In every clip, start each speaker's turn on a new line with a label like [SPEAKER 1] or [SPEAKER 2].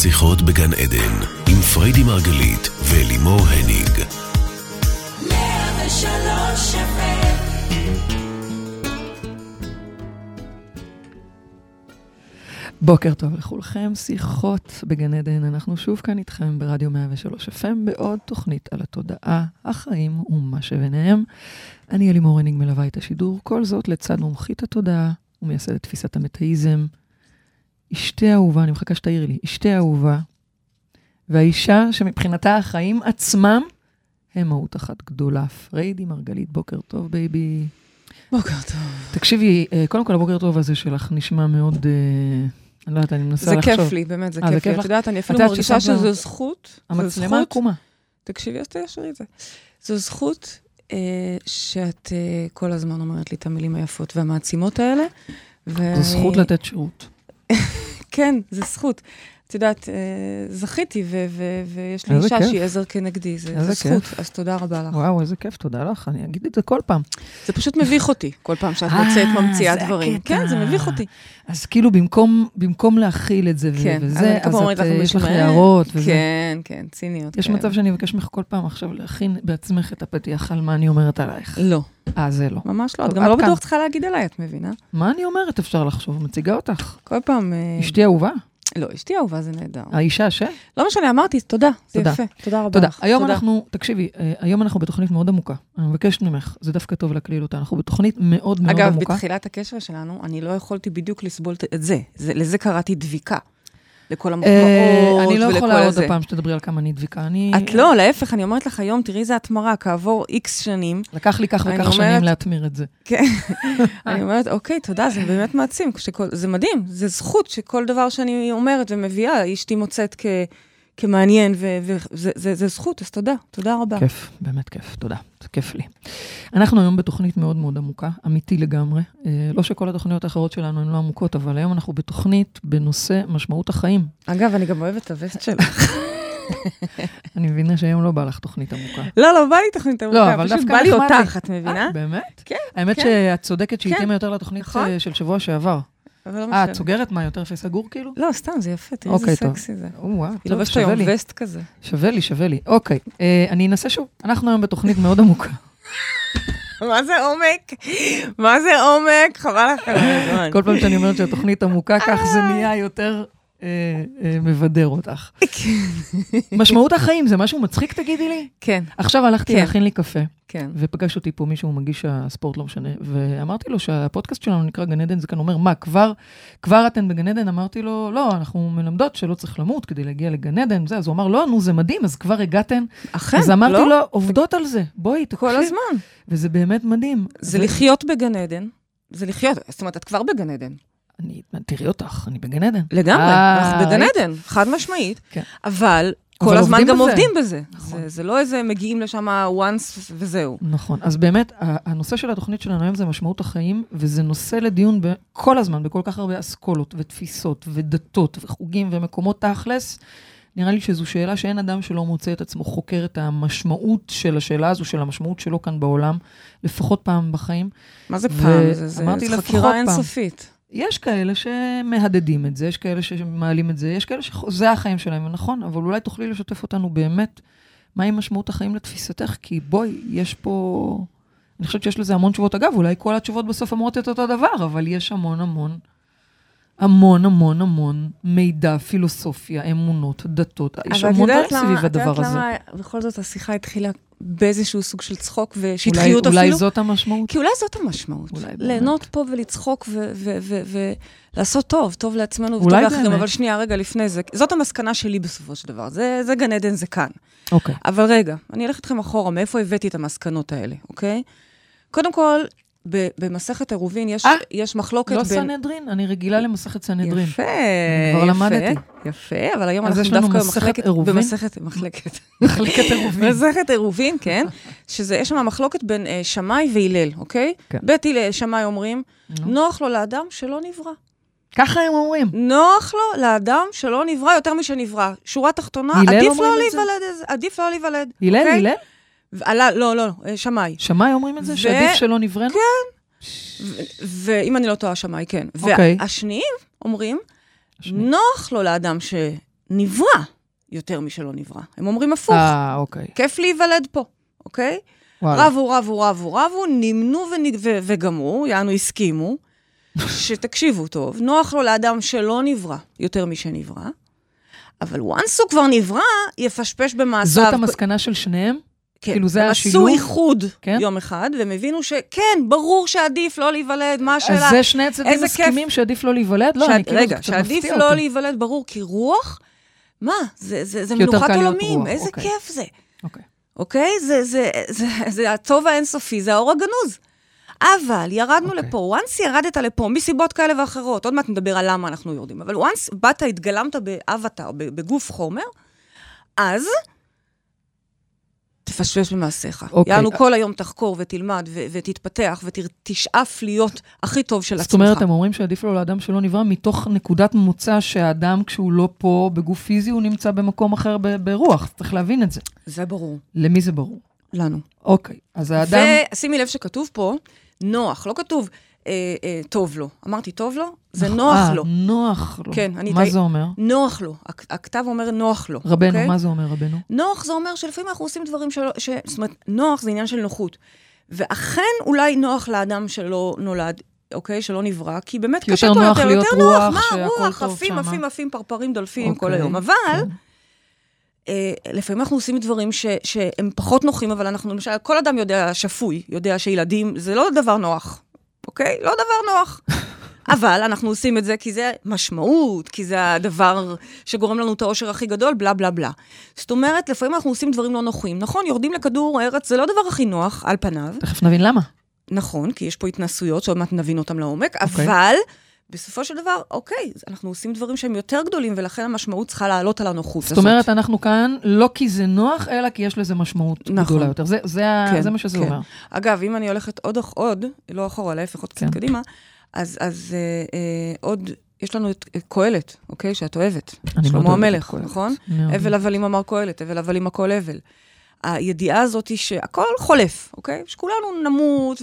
[SPEAKER 1] שיחות בגן עדן עם פריידי מרגלית ולימור הניג.
[SPEAKER 2] 103
[SPEAKER 3] בוקר טוב לכולכם, שיחות בגן עדן. אנחנו שוב כאן איתכם ברדיו 103 FM בעוד תוכנית על התודעה, החיים ומה שביניהם. אני לימור הניג, מלווה את השידור, כל זאת לצד מומחית התודעה ומייסדת תפיסת המטאיזם. אשתי אהובה, אני מחכה שתעירי לי, אשתי אהובה, והאישה שמבחינתה החיים עצמם הם מהות אחת גדולה. פריידי מרגלית, בוקר טוב בייבי.
[SPEAKER 4] בוקר טוב.
[SPEAKER 3] תקשיבי, קודם כל הבוקר טוב הזה שלך נשמע מאוד, אני לא יודעת, אני מנסה לחשוב.
[SPEAKER 4] זה כיף לי, באמת, זה כיף לי. את יודעת, אני אפילו מרגישה שזו זכות.
[SPEAKER 3] המצלמה עקומה.
[SPEAKER 4] תקשיבי, אז תיישרי את זה. זו זכות שאת כל הזמן אומרת לי את המילים היפות והמעצימות האלה.
[SPEAKER 3] זו זכות לתת שירות.
[SPEAKER 4] כן, זו זכות. את יודעת, זכיתי, ויש לי אישה שהיא עזר כנגדי, זה זכות, אז תודה רבה לך.
[SPEAKER 3] וואו, איזה כיף, תודה לך, אני אגיד את זה כל פעם.
[SPEAKER 4] זה פשוט מביך אותי, כל פעם שאת מוצאת ממציאה דברים. כן, זה מביך אותי.
[SPEAKER 3] אז כאילו, במקום להכיל את זה וזה, אז יש לך הערות וזה.
[SPEAKER 4] כן, כן, ציניות.
[SPEAKER 3] יש מצב שאני אבקש ממך כל פעם עכשיו להכין בעצמך את הפתיח על מה אני אומרת עלייך.
[SPEAKER 4] לא.
[SPEAKER 3] זה לא.
[SPEAKER 4] ממש לא, את גם לא בטוח צריכה להגיד עליי, את מבינה?
[SPEAKER 3] מה אני אומרת? אפשר לחשוב, מציגה אותך.
[SPEAKER 4] כל פעם...
[SPEAKER 3] אשתי אהובה?
[SPEAKER 4] לא, אשתי אהובה, זה נהדר.
[SPEAKER 3] האישה ש?
[SPEAKER 4] לא משנה, אמרתי, תודה, זה יפה. תודה רבה לך.
[SPEAKER 3] היום אנחנו, תקשיבי, היום אנחנו בתוכנית מאוד עמוקה. אני מבקשת ממך, זה דווקא טוב להקליל אותה. אנחנו בתוכנית מאוד מאוד עמוקה.
[SPEAKER 4] אגב, בתחילת הקשר שלנו, אני לא יכולתי בדיוק לסבול את זה. לזה קראתי דביקה. לכל המחמאות ולכל הזה.
[SPEAKER 3] אני לא יכולה עוד הפעם שתדברי על כמה אני דביקה.
[SPEAKER 4] את לא, להפך, אני אומרת לך היום, תראי איזה התמרה, כעבור איקס שנים.
[SPEAKER 3] לקח לי כך וכך שנים להתמיר את זה.
[SPEAKER 4] כן. אני אומרת, אוקיי, תודה, זה באמת מעצים. זה מדהים, זה זכות שכל דבר שאני אומרת ומביאה, אשתי מוצאת כמעניין, וזה זכות, אז תודה, תודה רבה.
[SPEAKER 3] כיף, באמת כיף, תודה, זה כיף לי. אנחנו היום בתוכנית מאוד מאוד עמוקה, אמיתי לגמרי. לא שכל התוכניות האחרות שלנו הן לא עמוקות, אבל היום אנחנו בתוכנית בנושא משמעות החיים.
[SPEAKER 4] אגב, אני גם אוהבת את הווסט שלך.
[SPEAKER 3] אני מבינה שהיום לא בא לך תוכנית עמוקה.
[SPEAKER 4] לא, בא לי תוכנית עמוקה, פשוט בא לי אותך, את מבינה?
[SPEAKER 3] באמת?
[SPEAKER 4] כן.
[SPEAKER 3] האמת שאת צודקת שהיא תהיה יותר לתוכנית של שבוע שעבר. את סוגרת מה, יותר פי סגור כאילו?
[SPEAKER 4] לא, סתם, זה יפה, תראי איזה סקסי זה. היא לובשת היום וסט כזה.
[SPEAKER 3] שווה לי. אוקיי, אני אנסה שוב. אנחנו היום בתוכנית מאוד עמוקה.
[SPEAKER 4] מה זה עומק? מה זה עומק? חבל לך על הזמן.
[SPEAKER 3] כל פעם שאני אומרת שהתוכנית עמוקה, כך זה נהיה יותר מבדר אותך. משמעות החיים, זה משהו מצחיק, תגידי לי?
[SPEAKER 4] כן.
[SPEAKER 3] עכשיו הלכתי להכין לי קפה.
[SPEAKER 4] כן.
[SPEAKER 3] ופגש אותי פה מישהו מגיש הספורט, לא משנה, ואמרתי לו שהפודקאסט שלנו נקרא גן עדן, זה כאן אומר, מה, כבר אתן בגן עדן? אמרתי לו, לא, אנחנו מלמדות שלא צריך למות כדי להגיע לגן עדן, אז הוא אמר, לא, נו, זה מדהים, אז כבר הגעתן.
[SPEAKER 4] אכן,
[SPEAKER 3] אז אמרתי לו, עובדות על זה, בואי, תקשיב.
[SPEAKER 4] כל הזמן.
[SPEAKER 3] וזה באמת מדהים.
[SPEAKER 4] זה לחיות בגן עדן, זה לחיות, זאת אומרת, את כבר בגן עדן.
[SPEAKER 3] תראי אותך, אני בגן עדן.
[SPEAKER 4] לגמרי, אנחנו בגן עדן, חד משמעית, אבל כל הזמן גם עובדים בזה. זה לא איזה מגיעים לשם once וזהו.
[SPEAKER 3] נכון, אז באמת, הנושא של התוכנית שלנו היום זה משמעות החיים, וזה נושא לדיון כל הזמן, בכל כך הרבה אסכולות ותפיסות ודתות וחוגים ומקומות תכלס. נראה לי שזו שאלה שאין אדם שלא מוצא את עצמו חוקר את המשמעות של השאלה הזו, של המשמעות שלו כאן בעולם, לפחות פעם בחיים.
[SPEAKER 4] מה זה פעם? זה חקירה אינסופית.
[SPEAKER 3] יש כאלה שמהדדים את זה, יש כאלה שמעלים את זה, יש כאלה שזה החיים שלהם, נכון, אבל אולי תוכלי לשתף אותנו באמת, מהי משמעות החיים לתפיסתך, כי בואי, יש פה, אני חושבת שיש לזה המון תשובות, אגב, אולי כל התשובות בסוף אמרות את אותו דבר, אבל יש המון מידע, פילוסופיה, אמונות, דתות, יש המון דברים סביב הדבר הזה.
[SPEAKER 4] למה בכל זאת השיחה התחילה באיזשהו סוג של צחוק ושטחיות אפילו.
[SPEAKER 3] אולי זאת המשמעות?
[SPEAKER 4] כי אולי זאת המשמעות. ליהנות פה ולצחוק ולעשות טוב לעצמנו וטוב לאחרים. אבל שנייה, רגע לפני זה, זאת המסקנה שלי בסופו של דבר. זה גן עדן, זה כאן.
[SPEAKER 3] אוקיי.
[SPEAKER 4] אבל רגע, אני אלך איתכם אחורה, מאיפה הבאתי את המסקנות האלה, אוקיי? קודם כל, במסכת עירובין יש מחלוקת
[SPEAKER 3] לא סנהדרין, אני רגילה למסכת סנהדרין.
[SPEAKER 4] יפה,
[SPEAKER 3] כבר למדתי.
[SPEAKER 4] יפה, אבל היום אנחנו דווקא במסכת עירובין, כן, יש שם מחלוקת בין שמאי והילל, אוקיי? בית שמאי אומרים, נוח לו לאדם שלא נברא.
[SPEAKER 3] ככה הם אומרים.
[SPEAKER 4] נוח לו לאדם שלא נברא יותר משנברא. שורה תחתונה, עדיף לא להיוולד.
[SPEAKER 3] הילל?
[SPEAKER 4] לא, שמאי.
[SPEAKER 3] שמאי אומרים את זה? שעדיף שלא נברא?
[SPEAKER 4] כן. ואם אני לא טועה, שמאי, כן. והשניים אומרים, נוח לו לאדם נברא יותר משלא נברא. הם אומרים הפוך.
[SPEAKER 3] אוקיי.
[SPEAKER 4] כיף להיוולד פה, אוקיי? רבו, נמנו וגמרו, יענו הסכימו, שתקשיבו טוב, נוח לו לאדם שלא נברא יותר משנברא, אבל once הוא כבר נברא, יפשפש במעשיו.
[SPEAKER 3] זאת המסקנה של שניהם?
[SPEAKER 4] כן,
[SPEAKER 3] כאילו זה השילוב?
[SPEAKER 4] עשו איחוד יום אחד, והם הבינו שכן, ברור שעדיף לא להיוולד, מה השאלה?
[SPEAKER 3] אז זה שני הצדדים מסכימים שעדיף לא להיוולד? לא, אני כאילו,
[SPEAKER 4] רגע, שעדיף לא להיוולד, ברור, כי רוח, מה? זה מנוחת עולמים, איזה כיף זה. אוקיי? זה הטוב האינסופי, זה האור הגנוז. אבל ירדנו לפה, once ירדת לפה, מסיבות כאלה ואחרות, עוד מעט נדבר על למה אנחנו יורדים, אבל once באת, התגלמת באבטר, בגוף חומר, אז תפשפש במעשיך. יענו כל היום תחקור ותלמד ותתפתח ותשאף להיות הכי טוב של עצמך.
[SPEAKER 3] זאת אומרת, הם אומרים שעדיף לו לאדם שלא נברא, מתוך נקודת מוצא שהאדם כשהוא לא פה בגוף פיזי, הוא נמצא במקום אחר ברוח. צריך להבין את זה.
[SPEAKER 4] זה ברור.
[SPEAKER 3] למי זה ברור?
[SPEAKER 4] לנו.
[SPEAKER 3] אוקיי, אז האדם...
[SPEAKER 4] ושימי לב שכתוב פה, נוח, לא כתוב טוב לו. אמרתי טוב לו? זה נוח לו.
[SPEAKER 3] נוח לו.
[SPEAKER 4] כן,
[SPEAKER 3] מה זה אומר?
[SPEAKER 4] נוח לו. הכתב אומר נוח לו.
[SPEAKER 3] רבנו, מה זה אומר רבנו?
[SPEAKER 4] נוח זה אומר שלפעמים אנחנו עושים דברים זאת אומרת, נוח זה עניין של נוחות. ואכן אולי נוח לאדם שלא נולד, אוקיי? שלא נברא, כי באמת קשה פה יותר נוח. מה, רוח, עפים, פרפרים, דולפים כל היום. אבל... לפעמים אנחנו עושים דברים שהם פחות נוחים, אבל אנחנו, למשל, כל אדם שפוי, יודע שילדים, זה לא דבר נוח, אוקיי? לא דבר נוח. אבל אנחנו עושים את זה כי זה משמעות, כי זה הדבר שגורם לנו את האושר הכי גדול, בלה בלה בלה. זאת אומרת, לפעמים אנחנו עושים דברים לא נוחים. נכון, יורדים לכדור הארץ, זה לא דבר הכי נוח, על פניו.
[SPEAKER 3] תכף נבין למה.
[SPEAKER 4] נכון, כי יש פה התנסויות, שעוד מעט נבין אותם לעומק, אבל... בסופו של דבר, אוקיי, אנחנו עושים דברים שהם יותר גדולים, ולכן המשמעות צריכה לעלות על הנוחות הזאת.
[SPEAKER 3] זאת אומרת, אנחנו כאן לא כי זה נוח, אלא כי יש לזה משמעות גדולה יותר. זה מה שזה אומר.
[SPEAKER 4] אגב, אם אני הולכת עוד, לא אחורה, להפך, עוד קצת קדימה, אז עוד, יש לנו את קהלת, אוקיי, שאת אוהבת. שלמה המלך, נכון? אבל הבלים אמר קהלת, אבל הבלים הכל אבל. הידיעה הזאת היא שהכל חולף, אוקיי? שכולנו נמות,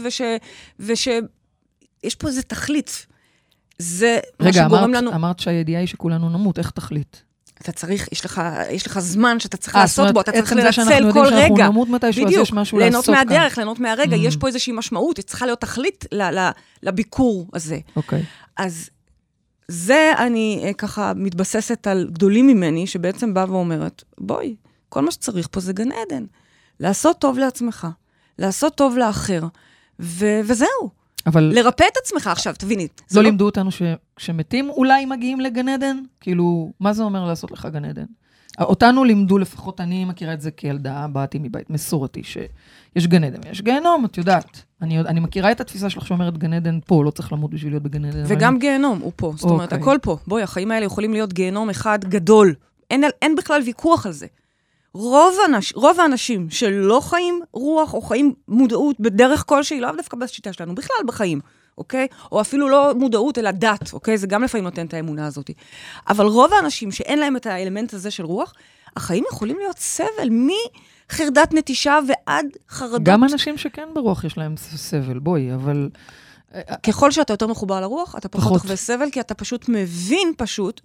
[SPEAKER 4] ויש פה איזה תכלית. זה מה שגורם לנו...
[SPEAKER 3] רגע, אמרת שהידיעה היא שכולנו נמות, איך תחליט?
[SPEAKER 4] אתה צריך, יש לך זמן שאתה צריך לעשות בו, אתה צריך לנצל כל רגע.
[SPEAKER 3] עצם זה שאנחנו יודעים שאנחנו נמות מתישהו, אז יש משהו לעשות כאן.
[SPEAKER 4] ליהנות מהדרך, ליהנות מהרגע, יש פה איזושהי משמעות, צריכה להיות תכלית לביקור הזה.
[SPEAKER 3] אוקיי.
[SPEAKER 4] אז זה אני ככה מתבססת על גדולים ממני, שבעצם באה ואומרת, בואי, כל מה שצריך פה זה גן עדן. לעשות טוב לעצמך, לעשות טוב לאחר, וזהו.
[SPEAKER 3] אבל...
[SPEAKER 4] לרפא את עצמך עכשיו, תביני.
[SPEAKER 3] לא לימדו אותנו שכשמתים אולי מגיעים לגן עדן? כאילו, מה זה אומר לעשות לך גן עדן? אותנו לימדו, לפחות אני מכירה את זה כילדה, באתי מבית מסורתי, שיש גן עדן, יש גיהנום, את יודעת. אני מכירה את התפיסה שלך שאומרת גן עדן פה, לא צריך למות בשביל להיות בגן עדן.
[SPEAKER 4] וגם גיהנום הוא פה, זאת אומרת, הכל פה. בואי, החיים האלה יכולים להיות גיהנום אחד גדול. אין בכלל ויכוח על זה. רוב האנשים שלא חיים רוח או חיים מודעות בדרך כלשהי, לא דווקא בשיטה שלנו, בכלל בחיים, אוקיי? או אפילו לא מודעות אלא דת, אוקיי? זה גם לפעמים נותן את האמונה הזאת. אבל רוב האנשים שאין להם את האלמנט הזה של רוח, החיים יכולים להיות סבל מחרדת נטישה ועד חרדות.
[SPEAKER 3] גם אנשים שכן ברוח יש להם סבל, בואי, אבל...
[SPEAKER 4] ככל שאתה יותר מחובר לרוח, אתה פחות תחווה סבל, כי אתה פשוט מבין פשוט,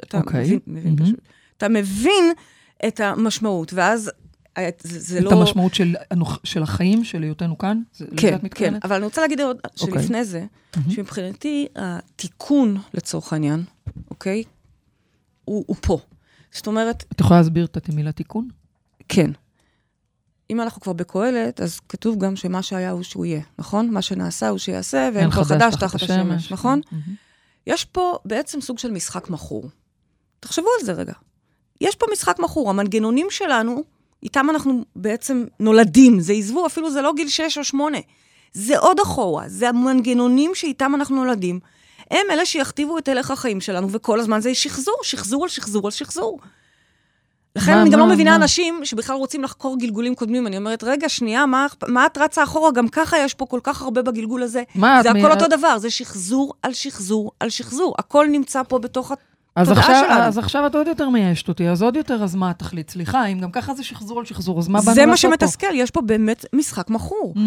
[SPEAKER 4] אתה מבין את המשמעות, ואז זה לא...
[SPEAKER 3] את המשמעות של החיים, של היותנו כאן?
[SPEAKER 4] כן, כן, אבל אני רוצה להגיד עוד שלפני זה, שמבחינתי התיקון לצורך העניין, אוקיי? הוא פה. זאת אומרת...
[SPEAKER 3] את יכולה להסביר את המילה תיקון?
[SPEAKER 4] כן. אם אנחנו כבר בקהלת, אז כתוב גם שמה שהיה הוא שהוא יהיה, נכון? מה שנעשה הוא שיעשה, ואין כל חדש תחת השמש, נכון? יש פה בעצם סוג של משחק מחור. תחשבו על זה רגע. יש פה משחק מחור, המנגנונים שלנו, איתם אנחנו בעצם נולדים, זה עזבו, אפילו זה לא גיל 6 או 8, זה עוד אחורה, זה המנגנונים שאיתם אנחנו נולדים, הם אלה שיכתיבו את הלך החיים שלנו, וכל הזמן זה שחזור, שחזור על שחזור על שחזור. לכן אני גם לא מבינה אנשים שבכלל רוצים לחקור גלגולים קודמים, אני אומרת, רגע, שנייה, מה את רצה אחורה? גם ככה יש פה כל כך הרבה בגלגול הזה, זה הכל אותו דבר, זה שחזור על שחזור על שחזור, הכל נמצא פה בתוך
[SPEAKER 3] אז עכשיו את עוד יותר מיישת אותי, אז עוד יותר, אז מה התכלית? סליחה, אם גם ככה זה שחזור על שחזור, אז מה באנו לעשות פה?
[SPEAKER 4] זה מה שמתסכל, יש פה באמת משחק מחור.
[SPEAKER 3] נו.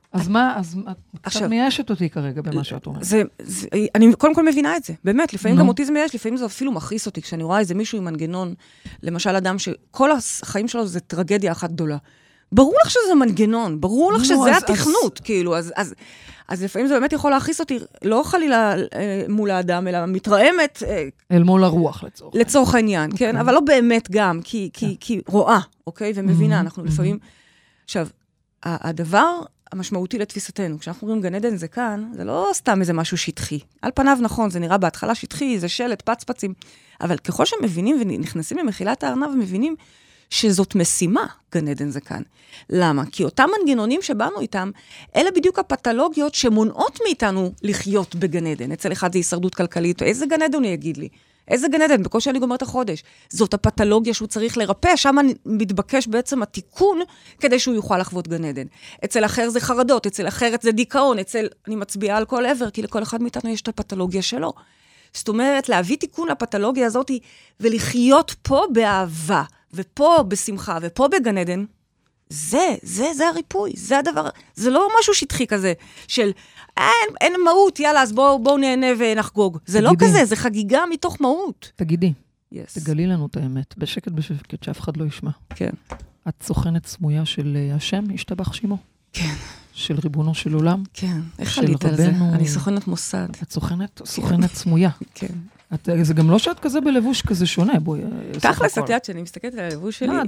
[SPEAKER 3] אז מה, אז את קצת מיישת אותי כרגע במה שאת אומרת.
[SPEAKER 4] אני קודם כל מבינה את זה, באמת, לפעמים גם אותי זה מייש, לפעמים זה אפילו מכריס אותי, כשאני רואה איזה מישהו עם מנגנון, למשל אדם שכל החיים שלו זה טרגדיה אחת גדולה. ברור לך שזה מנגנון, ברור לך שזה התכנות, כאילו, אז לפעמים זה באמת יכול להכריס אותי, לא חלילה מול האדם, אלא מתרעמת.
[SPEAKER 3] אל מול הרוח,
[SPEAKER 4] לצורך העניין, כן? אבל לא באמת גם, כי רואה, אוקיי? ומבינה, אנחנו לפעמים... עכשיו, הדבר המשמעותי לתפיסתנו, כשאנחנו אומרים גן עדן זה כאן, זה לא סתם איזה משהו שטחי. על פניו נכון, זה נראה בהתחלה שטחי, זה שלט, פצפצים, אבל ככל שמבינים ונכנסים למחילת הארנב, מבינים שזאת משימה, גן עדן זה כאן. למה? כי אותם מנגנונים שבאנו איתם, אלה בדיוק הפתולוגיות שמונעות מאיתנו לחיות בגן עדן. אצל אחד זה הישרדות כלכלית, איזה גן עדן הוא יגיד לי? איזה גן עדן? בקושי אני גומרת החודש. זאת הפתולוגיה שהוא צריך לרפא, שם מתבקש בעצם התיקון כדי שהוא יוכל לחוות גן עדן. אצל אחר זה חרדות, אצל אחרת זה דיכאון, אני מצביעה על כל עבר, כי לכל אחד מאיתנו יש את הפתולוגיה שלו. זאת אומרת, להביא תיקון לפתולוגיה הזאת ולחיות פה באהבה, ופה בשמחה, ופה בגן עדן, זה הריפוי, זה הדבר, זה לא משהו שטחי כזה, של אין מהות, יאללה, אז בואו נהנה ונחגוג. זה לא כזה, זה חגיגה מתוך מהות.
[SPEAKER 3] תגידי, תגלי לנו את האמת, בשקט, שאף אחד לא ישמע.
[SPEAKER 4] כן.
[SPEAKER 3] את סוכנת סמויה של השם, השתבח שמו?
[SPEAKER 4] כן.
[SPEAKER 3] של ריבונו של עולם?
[SPEAKER 4] כן. איך עלית על זה? אני סוכנת מוסד.
[SPEAKER 3] את סוכנת סמויה.
[SPEAKER 4] כן.
[SPEAKER 3] זה גם לא שאת כזה בלבוש כזה שונה, בואי.
[SPEAKER 4] תכלס, את יודעת שאני מסתכלת על הלבוש שלי,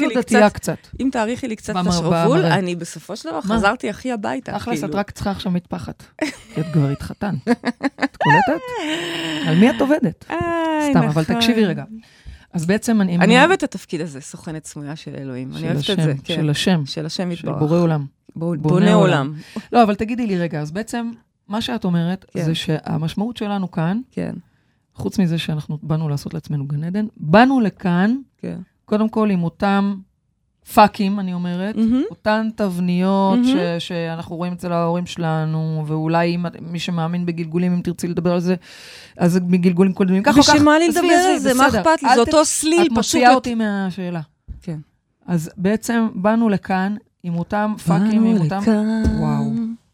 [SPEAKER 4] אם תאריכי לי קצת את השרוול, אני בסופו של דבר חזרתי הכי הביתה.
[SPEAKER 3] תכלס, את רק צריכה עכשיו מטפחת. כי את כבר התחתן. את קולטת? על מי את עובדת? סתם, אבל תקשיבי רגע. אז בעצם
[SPEAKER 4] אני אוהבת את התפקיד הזה, סוכנת סמויה של אלוהים. אני אוהבת את זה.
[SPEAKER 3] של השם.
[SPEAKER 4] של השם יתברך.
[SPEAKER 3] של בורא עולם.
[SPEAKER 4] בונה עולם.
[SPEAKER 3] לא, אבל תגידי לי רגע, אז בעצם מה שאת אומרת זה שהמשמעות שלנו כאן, חוץ מזה שאנחנו באנו לעשות לעצמנו גן עדן, באנו לכאן, קודם כל עם אותם פאקים, אני אומרת, אותן תבניות שאנחנו רואים אצל ההורים שלנו, ואולי מי שמאמין בגלגולים, אם תרצי לדבר על זה, אז בגלגולים קודמים, כך או כך.
[SPEAKER 4] בשביל מה לי לדבר על זה? מה אכפת לי? זה אותו סליל,
[SPEAKER 3] את מוציאה אותי מהשאלה. כן. אז בעצם באנו לכאן עם אותם פאקים, עם אותם... וואו.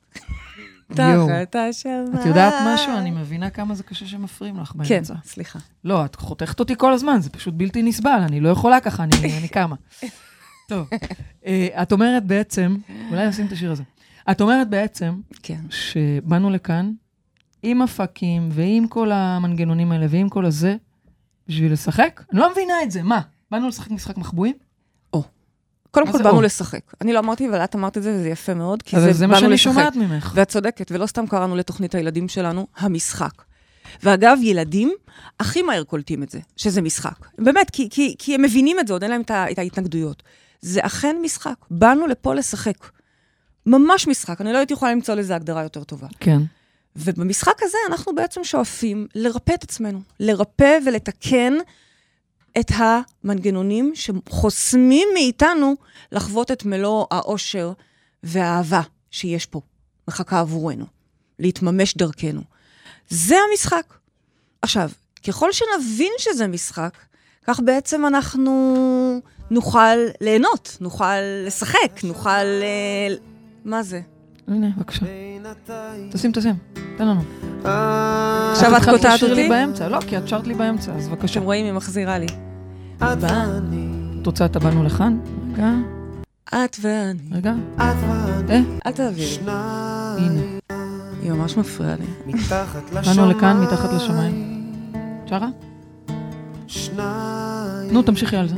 [SPEAKER 4] תחת השמיים.
[SPEAKER 3] את יודעת משהו? אני מבינה כמה זה קשה שמפריעים לך באמצע.
[SPEAKER 4] כן, סליחה.
[SPEAKER 3] לא, את חותכת אותי כל הזמן, זה פשוט בלתי נסבל, אני לא יכולה ככה, אני קמה. טוב, את אומרת בעצם, אולי נשים את השיר הזה, את אומרת בעצם, שבאנו לכאן, עם הפקים, ועם כל המנגנונים האלה, ועם כל הזה, בשביל לשחק? אני לא מבינה את זה, מה? באנו לשחק משחק מחבואים?
[SPEAKER 4] קודם כל באנו לשחק. אני לא אמרתי, אבל את אמרת את זה, וזה יפה מאוד, כי
[SPEAKER 3] זה מה שאני שומעת ממך.
[SPEAKER 4] ואת צודקת, ולא סתם קראנו לתוכנית הילדים שלנו, המשחק. ואגב, ילדים הכי מהר קולטים את זה, שזה משחק. באמת, כי הם מבינים את זה, עוד אין להם את ההתנגדויות. זה אכן משחק. באנו לפה לשחק. ממש משחק. אני לא הייתי יכולה למצוא לזה הגדרה יותר טובה.
[SPEAKER 3] כן.
[SPEAKER 4] ובמשחק הזה אנחנו בעצם שואפים לרפא את עצמנו. לרפא ולתקן את המנגנונים שחוסמים מאיתנו לחוות את מלוא האושר והאהבה שיש פה, מחכה עבורנו, להתממש דרכנו. זה המשחק. עכשיו, ככל שנבין שזה משחק, כך בעצם אנחנו נוכל ליהנות, נוכל לשחק, נוכל... מה זה?
[SPEAKER 3] הנה, בבקשה. תשים, תן לנו.
[SPEAKER 4] עכשיו את קוטעת אותי?
[SPEAKER 3] לי באמצע, לא, כי את שרת לי באמצע, אז בבקשה.
[SPEAKER 4] אתם רואים, היא מחזירה לי.
[SPEAKER 3] את ואני. תוצאה, אתה באנו לכאן? רגע.
[SPEAKER 4] את ואני.
[SPEAKER 3] רגע.
[SPEAKER 4] את ואני. אל תעבירי.
[SPEAKER 3] הנה.
[SPEAKER 4] היא ממש מפריעה לי.
[SPEAKER 3] באנו לכאן, מתחת לשמיים. שרה? נו, תמשיכי על זה.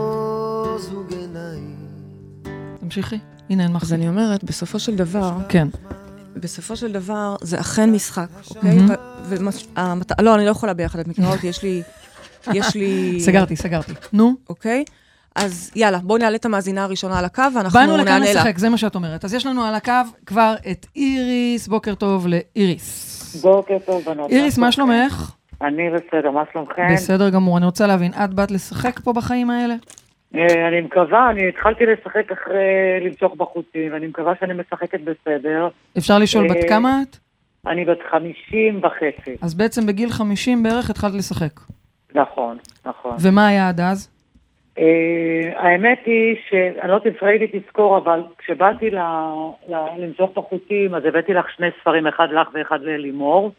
[SPEAKER 3] תמשיכי. הנה, אין מחזיק.
[SPEAKER 4] אז אני אומרת, בסופו של דבר...
[SPEAKER 3] כן.
[SPEAKER 4] בסופו של דבר, זה אכן משחק, אוקיי? לא, אני לא יכולה ביחד, את מכירה אותי, יש לי...
[SPEAKER 3] סגרתי. נו?
[SPEAKER 4] אוקיי? אז יאללה, בואו נעלה את המאזינה הראשונה על הקו, ואנחנו נענה לה.
[SPEAKER 3] באנו לכאן לשחק, זה מה שאת אומרת. אז יש לנו על הקו כבר את איריס, בוקר טוב לאיריס.
[SPEAKER 2] בוקר טוב, בנות.
[SPEAKER 3] איריס, מה שלומך?
[SPEAKER 2] אני בסדר, מה שלומכם?
[SPEAKER 3] בסדר גמור, אני רוצה להבין, את באת לשחק פה בחיים האלה?
[SPEAKER 2] אני מקווה, אני התחלתי לשחק אחרי למשוך בחוצים, ואני מקווה שאני משחקת בסדר.
[SPEAKER 3] אפשר לשאול בת כמה את?
[SPEAKER 2] אני בת 50 וחצי.
[SPEAKER 3] אז בעצם בגיל 50 בערך התחלת לשחק.
[SPEAKER 2] נכון.
[SPEAKER 3] ומה היה עד אז?
[SPEAKER 2] האמת היא שאני לא יודעת אם פריידי תזכור, אבל כשבאתי למשוך בחוטים, אז הבאתי לך 2 ספרים, אחד לך ואחד ללימור.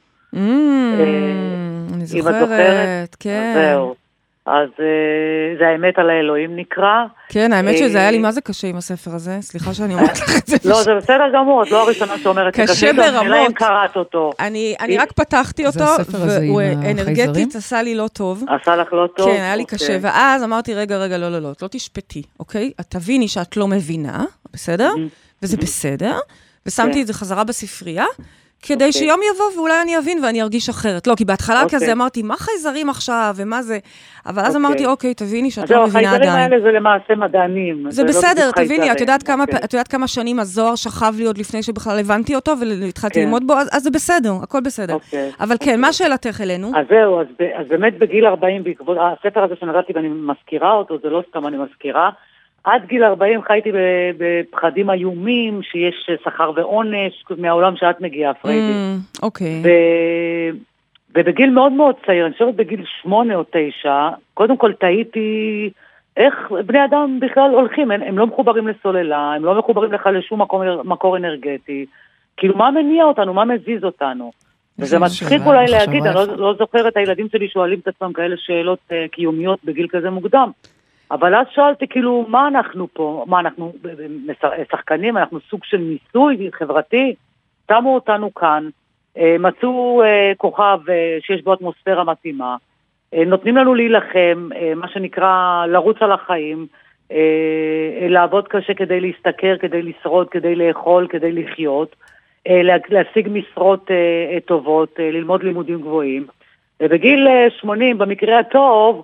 [SPEAKER 4] אני זוכרת, כן.
[SPEAKER 2] זהו. אז זה האמת על האלוהים נקרא.
[SPEAKER 4] כן, האמת שזה היה לי מה זה קשה עם הספר הזה, סליחה שאני אומרת לך את זה.
[SPEAKER 2] לא, זה בסדר גמור, את לא הראשונה שאומרת
[SPEAKER 4] קשה ברמות.
[SPEAKER 2] אלא אם קראת אותו.
[SPEAKER 4] אני רק פתחתי אותו, והוא אנרגטית עשה לי לא טוב.
[SPEAKER 2] עשה לך לא טוב?
[SPEAKER 4] כן, היה לי קשה, ואז אמרתי, רגע, לא, את לא תשפטי, אוקיי? את תביני שאת לא מבינה, בסדר? וזה בסדר, ושמתי את זה חזרה בספרייה, כדי שיום יבוא ואולי אני אבין ואני ארגיש אחרת. לא, כי בהתחלה כזה אמרתי, מה חייזרים עכשיו ומה זה? אבל אז אמרתי, אוקיי, תביני שאת לא מבינה עדיין.
[SPEAKER 2] החייזרים האלה זה למעשה מדענים.
[SPEAKER 4] זה בסדר, תביני, את יודעת כמה שנים הזוהר שכב לי עוד לפני שבכלל הבנתי אותו והתחלתי ללמוד בו, אז זה בסדר, הכל בסדר. אבל כן, מה שאלתך אלינו?
[SPEAKER 2] אז זהו, אז באמת בגיל 40, הספר הזה שנתתי ואני מזכירה אותו, זה לא סתם אני מזכירה, עד גיל 40 חייתי בפחדים איומים, שיש שכר ועונש, מהעולם שאת מגיעה, פריידי.
[SPEAKER 4] אוקיי.
[SPEAKER 2] ובגיל מאוד מאוד צעיר, אני חושבת בגיל 8 או 9, קודם כל תהיתי איך בני אדם בכלל הולכים, הם לא מחוברים לסוללה, הם לא מחוברים לך לשום מקור אנרגטי. כאילו, מה מניע אותנו, מה מזיז אותנו? וזה מצחיק אולי להגיד, אני לא זוכרת, הילדים שלי שואלים את עצמם כאלה שאלות קיומיות בגיל כזה מוקדם. אבל אז שאלתי, כאילו, מה אנחנו פה? מה, אנחנו שחקנים? אנחנו סוג של ניסוי חברתי? שמו אותנו כאן, מצאו כוכב שיש בו אטמוספירה מתאימה, נותנים לנו להילחם, מה שנקרא לרוץ על החיים, לעבוד קשה כדי להסתכר, כדי לשרוד, כדי לאכול, כדי לחיות, להשיג משרות טובות, ללמוד לימודים גבוהים. ובגיל 80, במקרה הטוב,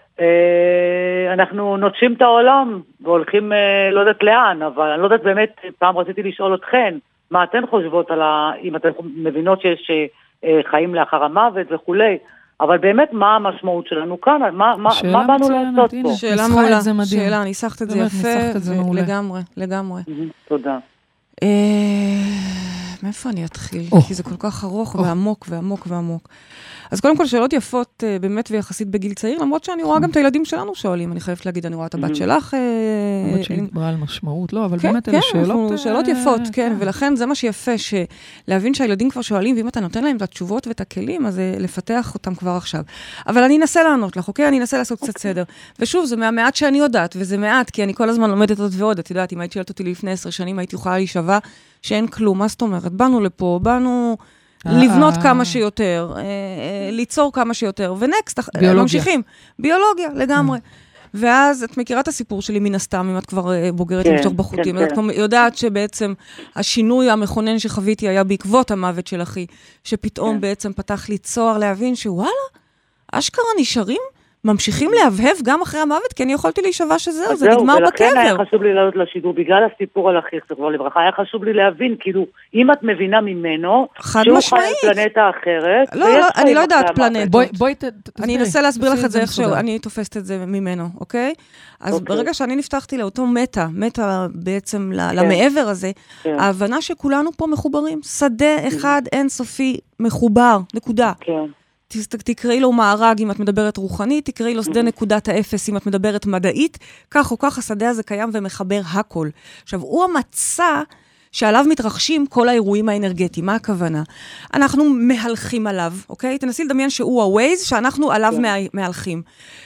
[SPEAKER 2] אנחנו נוטשים את העולם והולכים לא יודעת לאן, אבל אני לא יודעת באמת, פעם רציתי לשאול אתכן, מה אתן חושבות אם אתן מבינות שיש חיים לאחר המוות וכולי, אבל באמת מה המשמעות שלנו כאן, מה באנו לעשות פה?
[SPEAKER 4] שאלה מעולה, שאלה, ניסחת את זה יפה, לגמרי.
[SPEAKER 2] תודה.
[SPEAKER 4] מאיפה אני אתחיל? כי זה כל כך ארוך ועמוק. אז קודם כל, שאלות יפות באמת ויחסית בגיל צעיר, למרות שאני רואה גם את הילדים שלנו שואלים, אני חייבת להגיד, אני רואה את הבת שלך.
[SPEAKER 3] למרות שהיא דיברה על משמעות, לא, אבל באמת אלה שאלות.
[SPEAKER 4] שאלות יפות, כן, ולכן זה מה שיפה, להבין שהילדים כבר שואלים, ואם אתה נותן להם את התשובות ואת הכלים, אז לפתח אותם כבר עכשיו. אבל אני אנסה לענות לך, אוקיי? אני אנסה לעשות קצת סדר. ושוב, זה מהמעט שאני יודעת, וזה מעט, כי אני כל הזמן לומדת עוד ועוד. את יודעת, אם היית שאלת אותי לפני 10 שנים, הייתי יכולה להישבע שאין כלום. מה זאת אומרת? באנו לפה, באנו לבנות כמה שיותר, ליצור כמה שיותר, ונקסט, ממשיכים. ביולוגיה, לגמרי. ואז את מכירה את הסיפור שלי מן הסתם, אם את כבר בוגרת למשוך בחוטים, אז את יודעת שבעצם השינוי המכונן שחוויתי היה בעקבות המוות של אחי, שפתאום בעצם פתח לי צוהר להבין שוואלה, אשכרה נשארים, ממשיכים להבהב גם אחרי המוות, כי אני יכולתי להישבע שזהו, זה נגמר בקבר.
[SPEAKER 2] ולכן היה חשוב לי לעלות לשידור, בגלל הסיפור על אחי, זכרו לברכה, היה חשוב לי להבין, כאילו, אם את מבינה ממנו, שהוא חי על פלנטה אחרת,
[SPEAKER 4] לא, אני לא יודעת פלנטות.
[SPEAKER 3] בואי
[SPEAKER 4] אני אנסה להסביר לך את זה איכשהו, אני תופסת את זה ממנו, אוקיי? אז ברגע שאני נפתחתי לאותו מטה בעצם למעבר הזה, ההבנה שכולנו פה מחוברים, שדה אחד אינסופי מחובר, נקודה. כן. תקראי לו מארג אם את מדברת רוחנית, תקראי לו שדה נקודת האפס אם את מדברת מדעית, כך או כך השדה הזה קיים ומחבר הכל. עכשיו, הוא המצע שעליו מתרחשים כל האירועים האנרגטיים. מה הכוונה? אנחנו מהלכים עליו, אוקיי? תנסי לדמיין שהוא הווייז שאנחנו עליו מהלכים.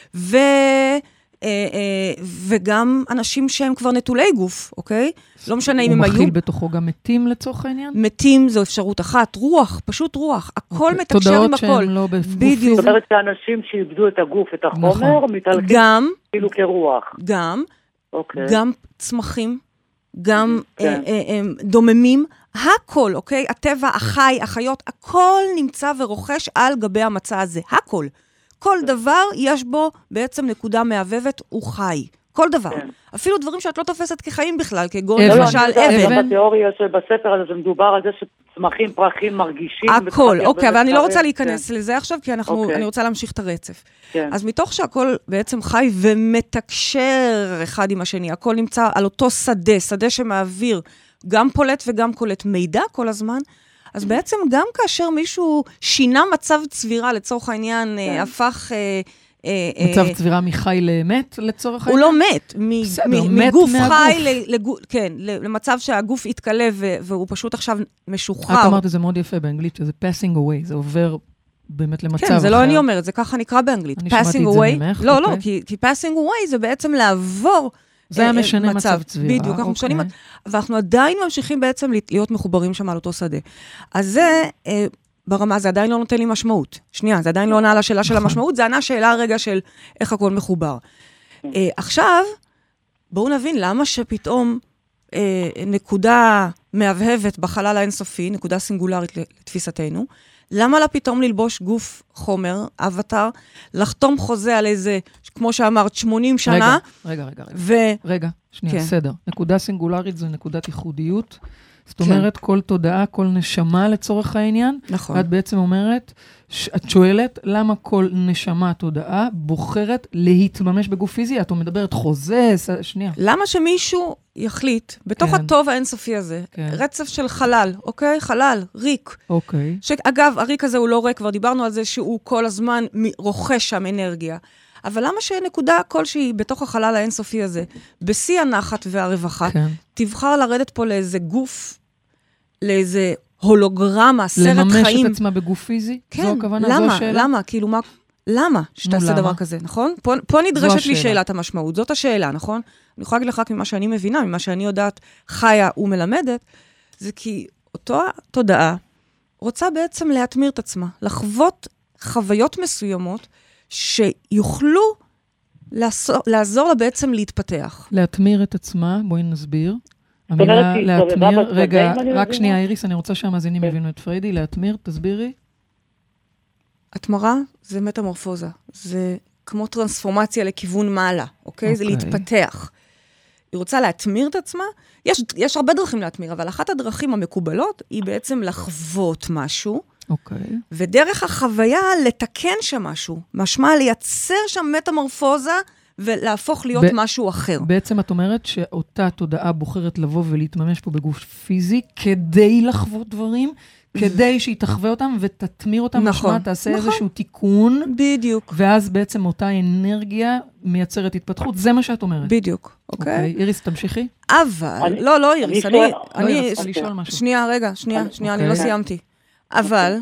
[SPEAKER 4] וגם אנשים שהם כבר נטולי גוף, אוקיי? לא משנה אם הם היו...
[SPEAKER 3] הוא מכיל בתוכו גם מתים לצורך העניין?
[SPEAKER 4] מתים זו אפשרות אחת, רוח, פשוט רוח. הכל מתקשר עם הכל.
[SPEAKER 3] תודעות שהם לא
[SPEAKER 4] בדיוק.
[SPEAKER 2] זאת אומרת שאנשים שאיבדו את הגוף, את החומר, מתהלכים כאילו כרוח.
[SPEAKER 4] גם צמחים, גם דוממים, הכל, אוקיי? הטבע, החי, החיות, הכל נמצא ורוכש על גבי המצע הזה. הכל. כל דבר יש בו בעצם נקודה מהבבת, הוא חי. כל דבר. אפילו דברים שאת לא תופסת כחיים בכלל, כגון למשל אבן.
[SPEAKER 2] בתיאוריה שבספר הזה מדובר על זה שצמחים, פרחים, מרגישים.
[SPEAKER 4] הכל, אוקיי, אבל אני לא רוצה להיכנס לזה עכשיו, כי אני רוצה להמשיך את הרצף. אז מתוך שהכל בעצם חי ומתקשר אחד עם השני, הכל נמצא על אותו שדה שמעביר גם פולט וגם קולט מידע כל הזמן, אז בעצם גם כאשר מישהו שינה מצב צבירה, לצורך העניין, הפך
[SPEAKER 3] מצב צבירה מחי למת לצורך
[SPEAKER 4] הוא לא מת, מגוף חי למצב שהגוף יתקלה והוא פשוט עכשיו משוחרר.
[SPEAKER 3] את אמרת, זה מאוד יפה באנגלית, שזה passing away, זה עובר באמת למצב אחר.
[SPEAKER 4] כן, זה לא אני אומרת, זה ככה נקרא באנגלית.
[SPEAKER 3] אני שמעתי את זה ממך.
[SPEAKER 4] לא, כי passing away זה בעצם לעבור
[SPEAKER 3] זה היה משנה מצב צבירה.
[SPEAKER 4] בדיוק, אנחנו משנים, ואנחנו עדיין ממשיכים בעצם להיות מחוברים שם על אותו שדה. אז זה, ברמה, זה עדיין לא נותן לי משמעות. שנייה, זה עדיין לא עונה על השאלה של המשמעות, זה עונה שאלה רגע של איך הכל מחובר. עכשיו, בואו נבין למה שפתאום נקודה מהבהבת בחלל האינסופי, נקודה סינגולרית לתפיסתנו, למה לה פתאום ללבוש גוף חומר, אבטר, לחתום חוזה על איזה, כמו שאמרת, 80 שנה?
[SPEAKER 3] רגע, שנייה, סדר. נקודה סינגולרית זה נקודת ייחודיות, זאת אומרת, כל תודעה, כל נשמה לצורך העניין.
[SPEAKER 4] נכון.
[SPEAKER 3] ואת בעצם אומרת, את שואלת, למה כל נשמה תודעה בוחרת להתממש בגוף פיזי? את מדברת חוזה, שנייה.
[SPEAKER 4] למה שמישהו יחליט, בתוך הטוב האינסופי הזה, רצף של חלל, אוקיי? חלל, ריק.
[SPEAKER 3] אוקיי.
[SPEAKER 4] שאגב, הריק הזה הוא לא ריק, כבר דיברנו על זה שהוא כל הזמן רוכש שם אנרגיה. אבל למה שנקודה כלשהי בתוך החלל האינסופי הזה, בשיא הנחת והרווחה, תבחר לרדת פה לאיזה גוף, לאיזה הולוגרמה, סרט
[SPEAKER 3] לממש
[SPEAKER 4] חיים.
[SPEAKER 3] לממש את עצמה בגוף פיזי?
[SPEAKER 4] כן,
[SPEAKER 3] זו הכוונה, זו השאלה?
[SPEAKER 4] למה? כאילו מה, למה שתעשה דבר כזה, נכון? פה נדרשת לי שאלת המשמעות, זאת השאלה, נכון? אני יכולה להגיד לך ממה שאני מבינה, ממה שאני יודעת חיה ומלמדת, זה כי אותו תודעה רוצה בעצם להתמיר את עצמה, לחוות חוויות מסוימות, שיוכלו לעזור לה בעצם להתפתח.
[SPEAKER 3] להתמיר את עצמה, בואי נסביר. המילה להתמיר, רגע, רק שנייה, איריס, אני רוצה שהמאזינים יבינו את פריידי, להתמיר, תסבירי.
[SPEAKER 4] התמרה זה מטמורפוזה, זה כמו טרנספורמציה לכיוון מעלה, אוקיי? זה להתפתח. היא רוצה להתמיר את עצמה, יש הרבה דרכים להתמיר, אבל אחת הדרכים המקובלות היא בעצם לחוות משהו, ודרך החוויה לתקן שם משהו, משמע לייצר שם מטמורפוזה, ולהפוך להיות משהו אחר.
[SPEAKER 3] בעצם את אומרת שאותה תודעה בוחרת לבוא ולהתממש פה בגוף פיזי, כדי לחוות דברים, כדי שהיא תחווה אותם ותתמיר אותם, משמע, תעשה איזשהו תיקון.
[SPEAKER 4] בדיוק.
[SPEAKER 3] ואז בעצם אותה אנרגיה מייצרת התפתחות, זה מה שאת אומרת.
[SPEAKER 4] בדיוק, אוקיי?
[SPEAKER 3] איריס, תמשיכי.
[SPEAKER 4] אבל, לא, איריס, אני
[SPEAKER 3] לשאול משהו.
[SPEAKER 4] שנייה, אני לא סיימתי. אבל,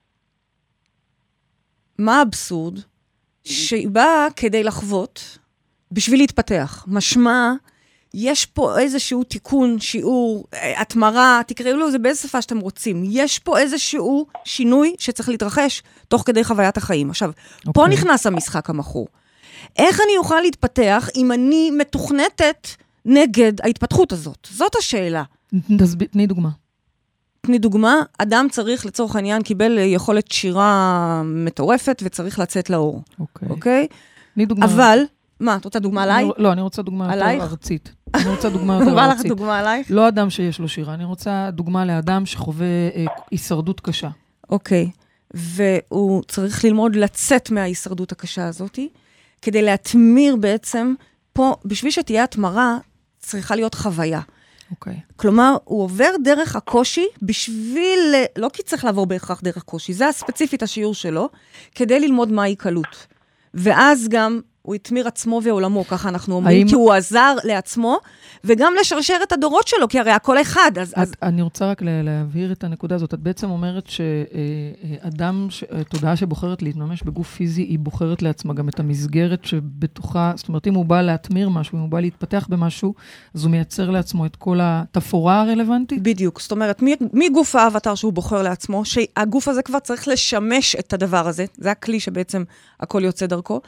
[SPEAKER 4] מה האבסורד? שהיא באה כדי לחוות, בשביל להתפתח. משמע, יש פה איזשהו תיקון, שיעור, התמרה, תקראו לו זה באיזה שפה שאתם רוצים. יש פה איזשהו שינוי שצריך להתרחש תוך כדי חוויית החיים. עכשיו, פה נכנס המשחק המכור. איך אני אוכל להתפתח אם אני מתוכנתת נגד ההתפתחות הזאת? זאת השאלה.
[SPEAKER 3] תני דוגמה.
[SPEAKER 4] תני דוגמה, אדם צריך לצורך העניין קיבל יכולת שירה מטורפת וצריך לצאת לאור. אוקיי?
[SPEAKER 3] תני דוגמה.
[SPEAKER 4] אבל, מה, את רוצה דוגמה עליי?
[SPEAKER 3] לא, אני רוצה דוגמה יותר ארצית. אני רוצה דוגמה יותר
[SPEAKER 4] בא לך
[SPEAKER 3] ארצית.
[SPEAKER 4] דוגמה עלייך?
[SPEAKER 3] לא אדם שיש לו שירה, אני רוצה דוגמה לאדם שחווה הישרדות קשה.
[SPEAKER 4] אוקיי, והוא צריך ללמוד לצאת מההישרדות הקשה הזאת, כדי להתמיר בעצם, פה, בשביל שתהיה התמרה, צריכה להיות חוויה.
[SPEAKER 3] אוקיי.
[SPEAKER 4] כלומר, הוא עובר דרך הקושי בשביל, לא כי צריך לעבור בהכרח דרך קושי, זה הספציפית השיעור שלו, כדי ללמוד מהי קלות. ואז גם הוא התמיר עצמו ועולמו, ככה אנחנו אומרים, כי הוא עזר לעצמו, וגם לשרשר את הדורות שלו, כי הרי הכל אחד.
[SPEAKER 3] אני רוצה רק להבהיר את הנקודה הזאת. את בעצם אומרת שאדם, תודעה שבוחרת להתממש בגוף פיזי, היא בוחרת לעצמה גם את המסגרת שבתוכה, זאת אומרת, אם הוא בא להתמיר משהו, אם הוא בא להתפתח במשהו, אז הוא מייצר לעצמו את כל התפאורה הרלוונטית?
[SPEAKER 4] בדיוק. זאת אומרת, מי גוף האבטר שהוא בוחר לעצמו, שהגוף הזה כבר צריך לשמש את הדבר הזה, זה הכלי שבעצם הכל יוצא דרכו,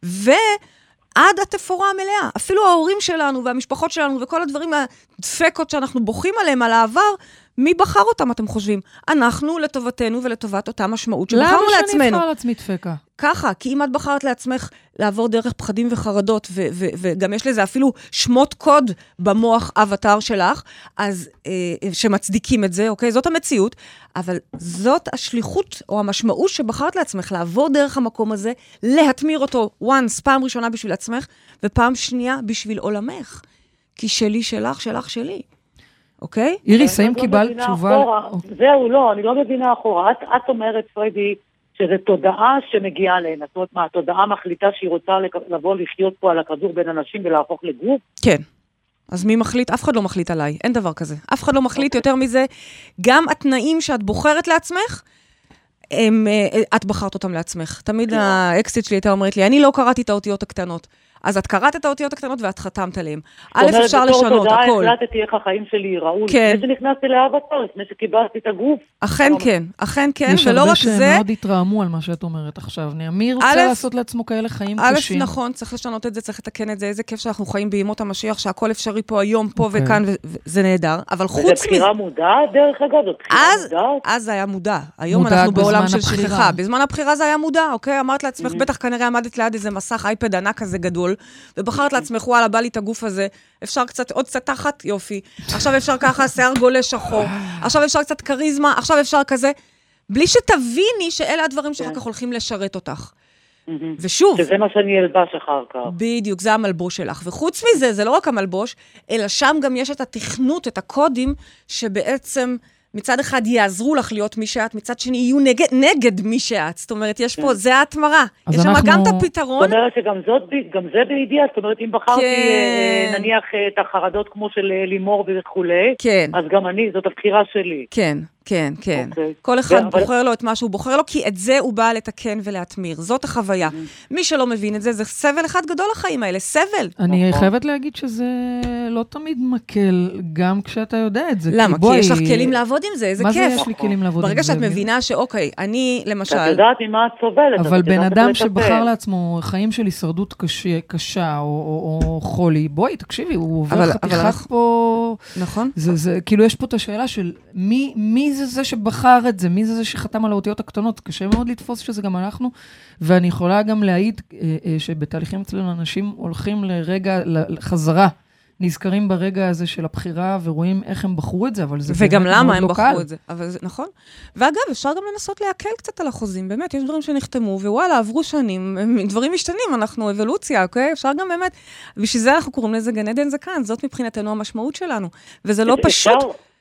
[SPEAKER 4] ועד התפאורה המלאה, אפילו ההורים שלנו והמשפחות שלנו וכל הדברים הדפקות שאנחנו בוכים עליהם על העבר, מי בחר אותם, אתם חושבים? אנחנו לטובתנו ולטובת אותה משמעות שבחרנו לעצמנו.
[SPEAKER 3] למה שאני אבחר לעצמי דפקה?
[SPEAKER 4] ככה, כי אם את בחרת לעצמך לעבור דרך פחדים וחרדות, וגם יש לזה אפילו שמות קוד במוח אבטר שלך, אז שמצדיקים את זה, אוקיי? זאת המציאות, אבל זאת השליחות או המשמעות שבחרת לעצמך, לעבור דרך המקום הזה, להתמיר אותו once, פעם ראשונה בשביל עצמך, ופעם שנייה בשביל עולמך. כי שלי שלך, שלך שלי. אוקיי?
[SPEAKER 3] איריס, האם קיבלת תשובה?
[SPEAKER 2] זהו, לא, אני לא מבינה אחורה. את אומרת, פריידי, שזה תודעה שמגיעה להן. זאת אומרת, מה, התודעה מחליטה שהיא רוצה לבוא לחיות פה על הכדור בין אנשים ולהפוך לגוף?
[SPEAKER 4] כן. אז מי מחליט? אף אחד לא מחליט עליי, אין דבר כזה. אף אחד לא מחליט יותר מזה. גם התנאים שאת בוחרת לעצמך, את בחרת אותם לעצמך. תמיד האקסיט שלי הייתה אומרת לי, אני לא קראתי את האותיות הקטנות. אז את קראת את האותיות הקטנות ואת חתמת עליהם. א', אפשר לשנות, הכל.
[SPEAKER 2] בתור תודעה החלטתי איך החיים שלי ייראו. לפני שנכנסתי לאבטר, לפני שקיבלתי את הגוף.
[SPEAKER 4] אכן כן, ולא רק זה...
[SPEAKER 3] יש הרבה שמאוד התרעמו על מה שאת אומרת עכשיו. מי רוצה לעשות לעצמו כאלה חיים קשים?
[SPEAKER 4] א', נכון, צריך לשנות את זה, צריך לתקן את זה. איזה כיף שאנחנו חיים בימות המשיח, שהכל אפשרי פה היום, פה וכאן, וזה נהדר. אבל חוץ מזה...
[SPEAKER 2] זה בחירה מודעת, דרך אגב, זאת בחירה מודעת.
[SPEAKER 4] אז זה היה מודע. היום אנחנו בעולם של שכחה. בזמן הבחירה זה היה מודע, אוקיי? אמרת לעצמך, בטח כנראה עמדת ליד איזה מסך אייפד ענק כזה גדול, ובחרת לעצמך, וואלה, בא לי את הגוף הזה, אפשר קצת, עוד קצת תחת, יופי. עכשיו אפשר ככה, שיער גולה שחור. עכשיו אפשר קצת קריזמה, עכשיו אפשר כזה, בלי שתביני שאלה הדברים שאחר כך הולכים לשרת אותך. ושוב...
[SPEAKER 2] שזה מה שאני אלבש אחר כך.
[SPEAKER 4] בדיוק, זה המלבוש שלך. וחוץ מזה, זה לא רק המלבוש, אלא שם גם יש את התכנות, את הקודים, שבעצם... מצד אחד יעזרו לך להיות מי שאת, מצד שני יהיו נגד מי שאת. זאת אומרת, יש פה, זה ההתמרה. יש שם גם את הפתרון.
[SPEAKER 2] זאת אומרת שגם זה בידיעה, זאת אומרת, אם בחרתי נניח את החרדות כמו של לימור וכולי, אז גם אני, זאת הבחירה שלי.
[SPEAKER 4] כן. כל אחד בוחר לו את מה שהוא בוחר לו, כי את זה הוא בא לתקן ולהתמיר. זאת החוויה. מי שלא מבין את זה, זה סבל אחד גדול לחיים האלה, סבל.
[SPEAKER 3] אני חייבת להגיד שזה לא תמיד מקל, גם כשאתה יודע את זה.
[SPEAKER 4] למה? כי יש לך כלים לעבוד עם זה, איזה כיף.
[SPEAKER 3] מה זה יש לי כלים לעבוד עם זה?
[SPEAKER 4] ברגע שאת מבינה שאוקיי, אני למשל...
[SPEAKER 2] את יודעת ממה את סובלת.
[SPEAKER 3] אבל בן אדם שבחר לעצמו חיים של הישרדות קשה או חולי, בואי, תקשיבי, הוא עובר חתיכת פה...
[SPEAKER 4] נכון.
[SPEAKER 3] כאילו יש פה את השאלה של מי זה שבחר את זה, מי זה שחתם על האותיות הקטנות, קשה מאוד לתפוס שזה גם אנחנו, ואני יכולה גם להעיד שבתהליכים אצלנו אנשים הולכים לרגע, לחזרה, נזכרים ברגע הזה של הבחירה, ורואים איך הם בחרו את זה, אבל זה
[SPEAKER 4] וגם למה הם בחרו את זה, אבל זה נכון. ואגב, אפשר גם לנסות להקל קצת על החוזים, באמת, יש דברים שנחתמו, ווואלה, עברו שנים, דברים משתנים, אנחנו אבולוציה, אוקיי? אפשר גם באמת, בשביל זה אנחנו קוראים לזה גן עדן זקן, זאת מבחינתנו המשמעות שלנו, וזה לא פשוט.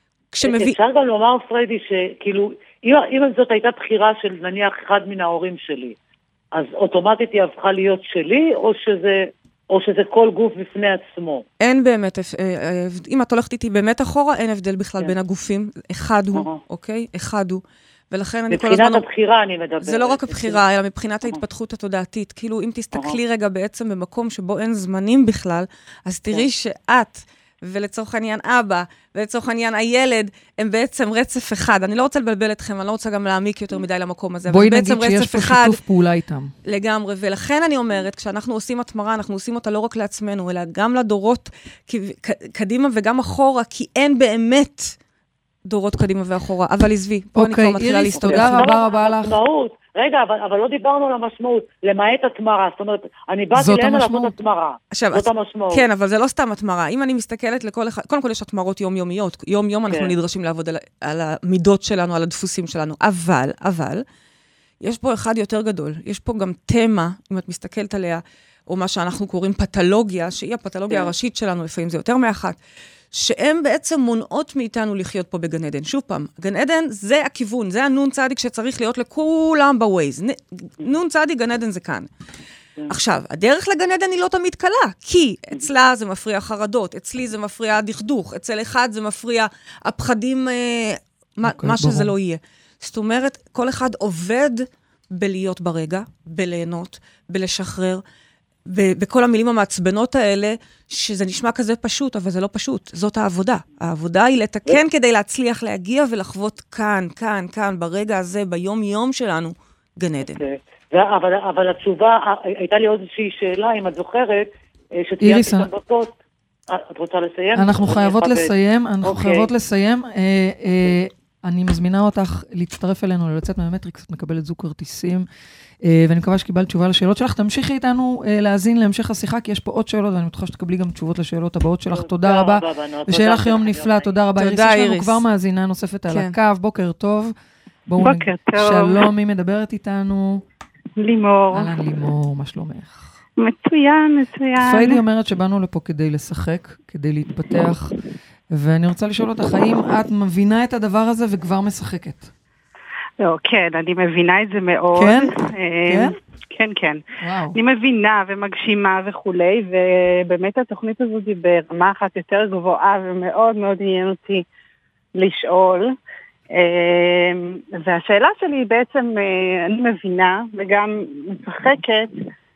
[SPEAKER 2] אפשר גם לומר, פריידי, שכאילו, אם זאת הייתה בחירה של נניח אחד מן ההורים שלי, אז אוטומטית היא הפכה להיות שלי, או שזה כל גוף בפני עצמו?
[SPEAKER 4] אין באמת, אם את הולכת איתי באמת אחורה, אין הבדל בכלל בין הגופים, אחד הוא, אוקיי? אחד הוא. ולכן אני כל הזמן...
[SPEAKER 2] מבחינת הבחירה אני מדברת.
[SPEAKER 4] זה לא רק הבחירה, אלא מבחינת ההתפתחות התודעתית. כאילו, אם תסתכלי רגע בעצם במקום שבו אין זמנים בכלל, אז תראי שאת... ולצורך העניין אבא, ולצורך העניין הילד, הם בעצם רצף אחד. אני לא רוצה לבלבל אתכם, אני לא רוצה גם להעמיק יותר מדי למקום הזה.
[SPEAKER 3] בואי נגיד שיש פה שיתוף פעולה איתם.
[SPEAKER 4] לגמרי, ולכן אני אומרת, כשאנחנו עושים התמרה, אנחנו עושים אותה לא רק לעצמנו, אלא גם לדורות קדימה וגם אחורה, כי אין באמת דורות קדימה ואחורה. אבל עזבי, פה אני כבר מתחילה להסתובב.
[SPEAKER 3] תודה רבה לך.
[SPEAKER 2] רגע, אבל לא דיברנו על המשמעות, למעט התמרה, זאת אומרת, אני באתי להנה לעשות התמרה, זאת המשמעות.
[SPEAKER 4] כן, אבל זה לא סתם התמרה, אם אני מסתכלת לכל אחד, קודם כל יש התמרות יומיומיות, יום אנחנו נדרשים לעבוד על המידות שלנו, על הדפוסים שלנו, אבל, יש פה אחד יותר גדול, יש פה גם תמה, אם את מסתכלת עליה, או מה שאנחנו קוראים פתולוגיה, שהיא הפתולוגיה הראשית שלנו, לפעמים זה יותר מאחת, שהן בעצם מונעות מאיתנו לחיות פה בגן עדן. שוב פעם, גן עדן זה הכיוון, זה הנון צדיק שצריך להיות לכולם בווייז. נון צדיק, גן עדן זה כאן. עכשיו, הדרך לגן עדן היא לא תמיד קלה, כי אצלה זה מפריע חרדות, אצלי זה מפריע דכדוך, אצל אחד זה מפריע הפחדים, מה שזה לא יהיה. זאת אומרת, כל אחד עובד בלהיות ברגע, בליהנות, בלשחרר, בכל המילים המעצבנות האלה, שזה נשמע כזה פשוט, אבל זה לא פשוט, זאת העבודה. העבודה היא לתקן כדי להצליח להגיע ולחוות כאן, ברגע הזה, ביום-יום שלנו, גן עדן.
[SPEAKER 2] אבל התשובה, הייתה לי עוד איזושהי שאלה, אם את זוכרת, שתיארתי כאן בפוסט. את רוצה לסיים?
[SPEAKER 3] אנחנו חייבות לסיים. אני מזמינה אותך להצטרף אלינו, לצאת מהמטריקס, את מקבלת זוג כרטיסים, ואני מקווה שקיבלת תשובה לשאלות שלך. תמשיכי איתנו להאזין להמשך השיחה, כי יש פה עוד שאלות, ואני בטוחה שתקבלי גם תשובות לשאלות הבאות שלך. תודה רבה, ושיהיה לך יום נפלא, תודה רבה. איריס, יש לנו כבר מאזינה נוספת על הקו, בוקר טוב.
[SPEAKER 5] בוקר טוב.
[SPEAKER 3] שלום, מי מדברת איתנו?
[SPEAKER 5] לימור.
[SPEAKER 3] אהלן לימור, מה שלומך?
[SPEAKER 5] מצוין.
[SPEAKER 3] פריידי אומרת שבאנו לפה כדי לשחק, כדי להתפתח, ואני רוצה לשאול אותך, האם את מבינה את הדבר הזה וכבר משחקת?
[SPEAKER 5] לא, כן, אני מבינה את זה מאוד.
[SPEAKER 3] כן? כן?
[SPEAKER 5] כן, כן.
[SPEAKER 3] וואו.
[SPEAKER 5] אני מבינה ומגשימה וכולי, ובאמת התוכנית הזאת היא ברמה אחת יותר גבוהה, ומאוד מאוד עניין אותי לשאול. והשאלה שלי היא בעצם, אני מבינה וגם משחקת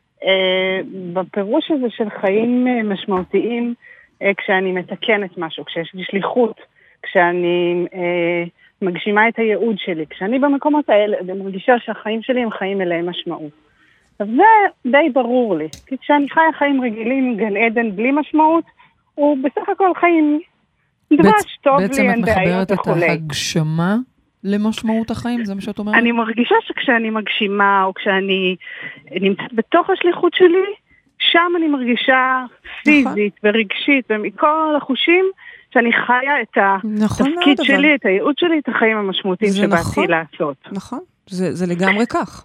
[SPEAKER 5] בפירוש הזה של חיים משמעותיים, כשאני מתקנת משהו, כשיש לי שליחות, כשאני מגשימה את הייעוד שלי, כשאני במקומות האלה, אני מרגישה שהחיים שלי הם חיים מלאי משמעות. אז זה די ברור לי, כי כשאני חיה חיים רגילים, גן עדן בלי משמעות, הוא בסך הכל חיים דבש, טוב לי, אין בעיות וכו'.
[SPEAKER 3] בעצם את מחברת את ההגשמה למשמעות החיים, זה מה שאת אומרת?
[SPEAKER 5] אני מרגישה שכשאני מגשימה, או כשאני נמצאת בתוך השליחות שלי, שם אני מרגישה פיזית ורגשית, ומכל החושים, שאני חיה את התפקיד שלי, את הייעוד שלי, את החיים המשמעותיים שבאתי לעשות.
[SPEAKER 4] נכון, זה לגמרי כך.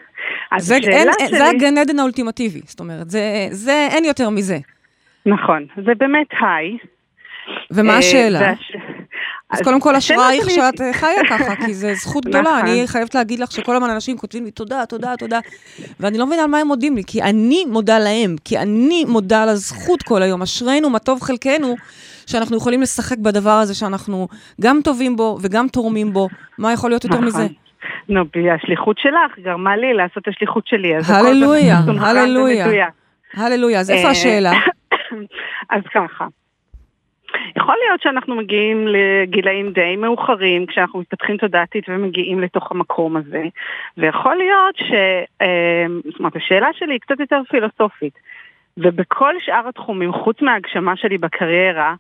[SPEAKER 4] זה הגן עדן האולטימטיבי, זאת אומרת, אין יותר מזה.
[SPEAKER 5] נכון, זה באמת היי.
[SPEAKER 4] ומה השאלה? אז קודם כל אשרייך שאת חיה ככה, כי זה זכות גדולה. אני חייבת להגיד לך שכל הזמן אנשים כותבים לי תודה, תודה, תודה, ואני לא מבינה על מה הם מודים לי, כי אני מודה להם, כי אני מודה לזכות כל היום. אשרינו, מה טוב חלקנו, שאנחנו יכולים לשחק בדבר הזה, שאנחנו גם טובים בו וגם תורמים בו. מה יכול להיות יותר מזה?
[SPEAKER 5] נו, השליחות שלך גרמה לי לעשות את השליחות שלי.
[SPEAKER 4] הללויה, הללויה. הללויה, אז איפה השאלה?
[SPEAKER 5] אז ככה. יכול להיות שאנחנו מגיעים לגילאים די מאוחרים, כשאנחנו מתפתחים תודעתית ומגיעים לתוך המקום הזה, ויכול להיות זאת אומרת, השאלה שלי היא קצת יותר פילוסופית, ובכל שאר התחומים, חוץ מההגשמה שלי בקריירה,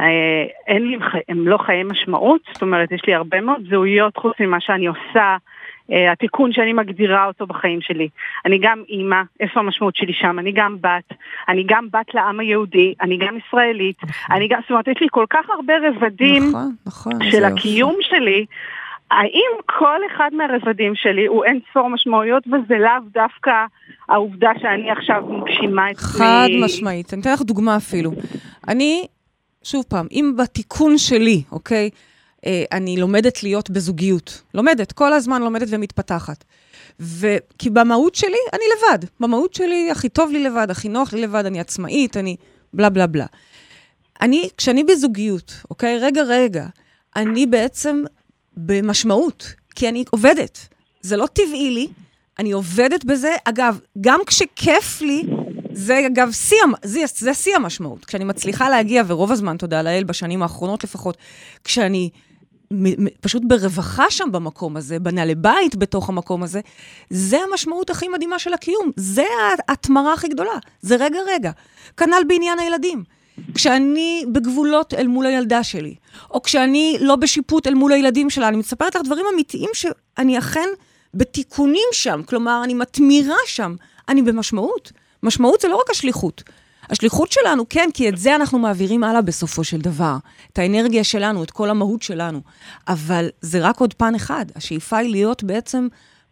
[SPEAKER 5] הם לא חיי משמעות, זאת אומרת, יש לי הרבה מאוד זהויות חוץ ממה שאני עושה, התיקון שאני מגדירה אותו בחיים שלי. אני גם אימא, איפה המשמעות שלי שם? אני גם בת, אני גם בת לעם היהודי, אני גם ישראלית, זאת אומרת, יש לי כל כך הרבה רבדים של הקיום שלי, האם כל אחד מהרבדים שלי הוא אין ספור משמעויות, וזה לאו דווקא העובדה שאני עכשיו מגשימה את זה?
[SPEAKER 4] חד משמעית. אני אתן לך דוגמה אפילו. אני, שוב פעם, אם בתיקון שלי, אוקיי, אני לומדת להיות בזוגיות. לומדת, כל הזמן לומדת ומתפתחת. כי במהות שלי, אני לבד. במהות שלי, הכי טוב לי לבד, הכי נוח לי לבד, אני עצמאית, אני בלה בלה בלה. כשאני בזוגיות, אוקיי, רגע, אני בעצם במשמעות, כי אני עובדת. זה לא טבעי לי, אני עובדת בזה. אגב, גם כשכיף לי, זה אגב זה שיא המשמעות. כשאני מצליחה להגיע, ורוב הזמן, תודה לאל, בשנים האחרונות לפחות, כשאני פשוט ברווחה שם במקום הזה, בנה לבית בתוך המקום הזה, זה המשמעות הכי מדהימה של הקיום. זה ההתמרה הכי גדולה. זה רגע. כנ"ל בעניין הילדים. כשאני בגבולות אל מול הילדה שלי, או כשאני לא בשיפוט אל מול הילדים שלה, אני מספרת לך דברים אמיתיים שאני אכן בתיקונים שם, כלומר, אני מתמירה שם, אני במשמעות. משמעות זה לא רק השליחות. השליחות שלנו, כן, כי את זה אנחנו מעבירים הלאה בסופו של דבר. את האנרגיה שלנו, את כל המהות שלנו. אבל זה רק עוד פן אחד. השאיפה היא להיות בעצם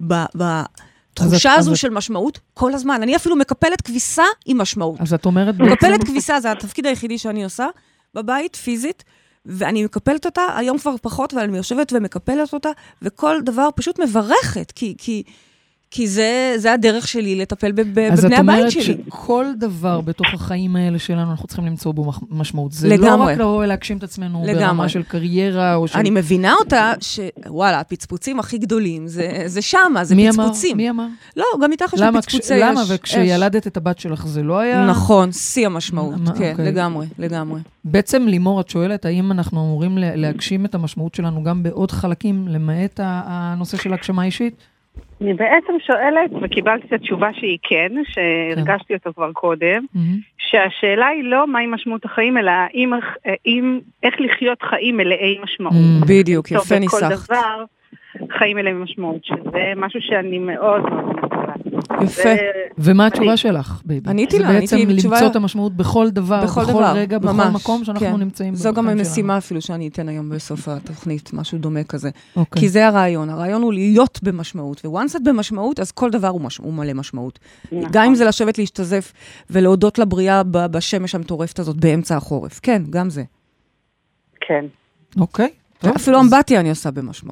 [SPEAKER 4] בתחושה הזו של משמעות כל הזמן. אני אפילו מקפלת כביסה עם משמעות.
[SPEAKER 3] אז את אומרת
[SPEAKER 4] מקפלת כביסה, זה התפקיד היחידי שאני עושה בבית, פיזית, ואני מקפלת אותה, היום כבר פחות, ואני יושבת ומקפלת אותה, וכל דבר פשוט מברכת, כי זה הדרך שלי לטפל בבני הבית שלי.
[SPEAKER 3] אז את אומרת שכל דבר בתוך החיים האלה שלנו, אנחנו צריכים למצוא בו משמעות. זה לא רק לבוא ולהגשים את עצמנו ברמה של קריירה או של...
[SPEAKER 4] אני מבינה אותה שוואלה, הפצפוצים הכי גדולים, זה שמה, זה פצפוצים.
[SPEAKER 3] מי אמר?
[SPEAKER 4] לא, גם איתך יש פצפוצי אש.
[SPEAKER 3] למה? וכשילדת את הבת שלך זה לא היה...
[SPEAKER 4] נכון, שיא המשמעות, כן, לגמרי.
[SPEAKER 3] בעצם לימור, את שואלת, האם אנחנו אמורים להגשים את המשמעות שלנו גם בעוד חלקים, למעט הנושא של הגשמה אישית?
[SPEAKER 5] אני בעצם שואלת, וקיבלתי את התשובה שהיא כן, שהרגשתי אותו כבר קודם, שהשאלה היא לא מהי משמעות החיים, אלא איך לחיות חיים מלאי משמעות.
[SPEAKER 4] בדיוק, יפה ניסחת.
[SPEAKER 5] כל דבר, חיים מלאי משמעות, שזה משהו שאני מאוד מאוד מתחילה.
[SPEAKER 4] יפה.
[SPEAKER 3] ומה התשובה שלך, בייבי?
[SPEAKER 4] עניתי לה,
[SPEAKER 3] זה בעצם למצוא את המשמעות בכל דבר, בכל רגע, בכל מקום שאנחנו נמצאים.
[SPEAKER 4] זו גם המשימה אפילו שאני אתן היום בסוף התוכנית, משהו דומה כזה. כי זה הרעיון. הרעיון הוא להיות במשמעות, וואנס את במשמעות, אז כל דבר הוא מלא משמעות. גם אם זה לשבת להשתזף ולהודות לבריאה בשמש המטורפת הזאת באמצע החורף. כן, גם זה.
[SPEAKER 5] כן.
[SPEAKER 3] אוקיי.
[SPEAKER 4] אפילו אמבטיה אני עושה במשמעות.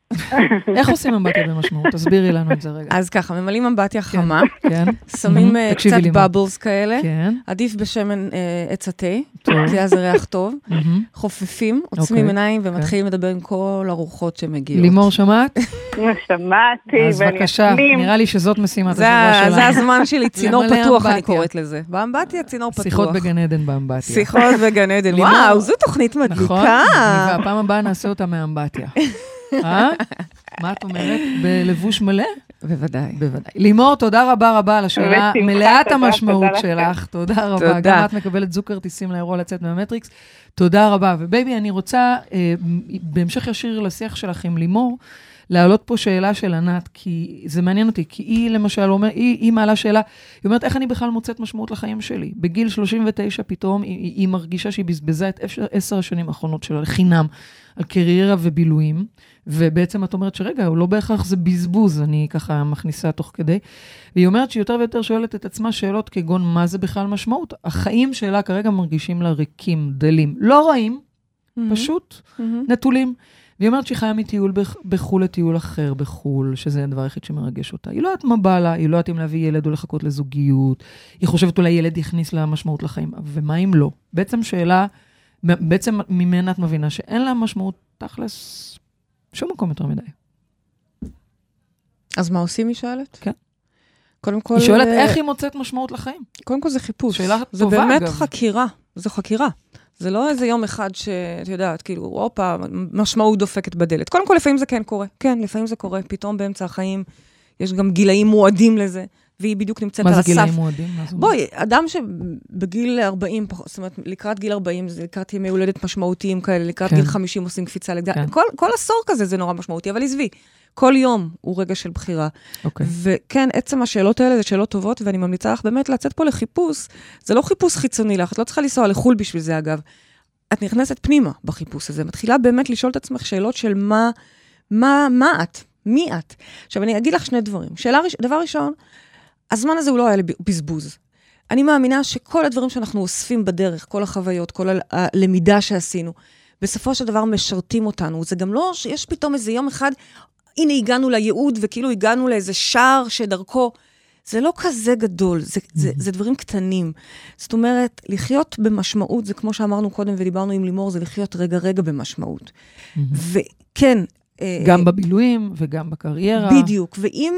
[SPEAKER 3] איך עושים אמבטיה במשמעות? תסבירי לנו את זה רגע.
[SPEAKER 4] אז ככה, ממלאים אמבטיה חמה,
[SPEAKER 3] כן.
[SPEAKER 4] שמים
[SPEAKER 3] תקשיבי
[SPEAKER 4] קצת
[SPEAKER 3] לי,
[SPEAKER 4] בבלס כאלה,
[SPEAKER 3] כן.
[SPEAKER 4] עדיף בשמן עץ התה,
[SPEAKER 3] טוב.
[SPEAKER 4] כי אז זה ריח טוב, חופפים, עוצמים
[SPEAKER 3] אוקיי.
[SPEAKER 4] עיניים ומתחילים לדבר עם כל הרוחות שמגיעות.
[SPEAKER 3] לימור, שמעת?
[SPEAKER 5] שמעתי,
[SPEAKER 3] אז בבקשה, נראה לי שזאת משימת
[SPEAKER 4] זה
[SPEAKER 3] השבוע שלנו.
[SPEAKER 4] זה הזמן שלי, צינור
[SPEAKER 3] למלא
[SPEAKER 4] פתוח, אני
[SPEAKER 3] אמבטיה.
[SPEAKER 4] קוראת לזה. באמבטיה, צינור פתוח.
[SPEAKER 3] שיחות בגן עדן באמבטיה.
[SPEAKER 4] שיחות בגן עדן.
[SPEAKER 3] לימור.
[SPEAKER 4] וואו, זו תוכנית
[SPEAKER 3] נכון?
[SPEAKER 4] מדליקה.
[SPEAKER 3] והפעם הבאה נעשה אותה מאמבטיה. מה את אומרת? בלבוש מלא?
[SPEAKER 4] בוודאי.
[SPEAKER 3] בוודאי. לימור, תודה רבה רבה על השאלה
[SPEAKER 5] בשמחה,
[SPEAKER 3] מלאת
[SPEAKER 5] תודה,
[SPEAKER 3] המשמעות
[SPEAKER 5] תודה
[SPEAKER 3] שלך. תודה רבה.
[SPEAKER 4] תודה.
[SPEAKER 3] גם את מקבלת זוג כרטיסים לאירוע לצאת מהמטריקס. תודה רבה. ובייבי, אני רוצה, בהמשך ישיר לשיח שלך עם לימור, להעלות פה שאלה של ענת, כי זה מעניין אותי, כי היא למשל אומר, היא מעלה שאלה, היא אומרת, איך אני בכלל מוצאת משמעות לחיים שלי? בגיל 39 פתאום היא מרגישה שהיא בזבזה את 10 השנים האחרונות שלה לחינם, על קריירה ובילויים, ובעצם את אומרת שרגע, לא בהכרח זה בזבוז, אני ככה מכניסה תוך כדי, והיא אומרת שהיא יותר ויותר שואלת את עצמה שאלות כגון, מה זה בכלל משמעות? החיים שלה כרגע מרגישים לה ריקים, דלים, לא רעים, פשוט נטולים. והיא אומרת שהיא חיה מטיול בחול לטיול אחר בחול, שזה הדבר היחיד שמרגש אותה. היא לא יודעת מה בא לה, היא לא יודעת אם להביא ילד או לחכות לזוגיות, היא חושבת אולי ילד יכניס לה משמעות לחיים, ומה אם לא? בעצם שאלה, בעצם ממנה את מבינה שאין לה משמעות תכלס שום מקום יותר מדי.
[SPEAKER 4] אז מה עושים, היא שואלת?
[SPEAKER 3] כן.
[SPEAKER 4] קודם כל...
[SPEAKER 3] היא שואלת איך היא מוצאת משמעות לחיים.
[SPEAKER 4] קודם כל זה חיפוש.
[SPEAKER 3] שאלה
[SPEAKER 4] זה
[SPEAKER 3] טובה,
[SPEAKER 4] באמת
[SPEAKER 3] אגב.
[SPEAKER 4] חקירה. זו חקירה. זה לא איזה יום אחד שאת יודעת, כאילו, אופה, משמעות דופקת בדלת. קודם כל, לפעמים זה כן קורה. כן, לפעמים זה קורה. פתאום באמצע החיים יש גם גילאים מועדים לזה, והיא בדיוק נמצאת על הסף.
[SPEAKER 3] מה זה גילאים מועדים?
[SPEAKER 4] בואי, אדם שבגיל 40, זאת אומרת, לקראת גיל 40, זה לקראת ימי הולדת משמעותיים כאלה, לקראת גיל 50 עושים קפיצה לגדל. כל עשור כזה זה נורא משמעותי, אבל עזבי, כל יום הוא רגע של בחירה. וכן, עצם השאלות האלה זה שאלות טובות, ואני ממליצה לך באמת לצאת פה לחיפוש. זה לא חיפוש חיצוני לך, את לא צריכה לנסוע לחול בשביל זה, אגב. את נכנסת פנימה בחיפוש הזה, מתחילה באמת לשאול את עצמך שאלות של מה את? מי את? עכשיו, אני אגיד לך שני דברים. דבר ראשון, הזמן הזה הוא לא היה בזבוז. אני מאמינה שכל הדברים שאנחנו אוספים בדרך, כל החוויות, כל הלמידה שעשינו, בסופו של דבר משרתים אותנו. זה גם לא שיש פתאום איזה יום אחד, הנה הגענו לייעוד, וכאילו הגענו לאיזה שער שדרכו, זה לא כזה גדול, זה דברים קטנים. זאת אומרת, לחיות במשמעות, זה כמו שאמרנו קודם ודיברנו עם לימור, זה לחיות רגע במשמעות. וכן,
[SPEAKER 3] גם בבילויים וגם בקריירה.
[SPEAKER 4] בדיוק, ואם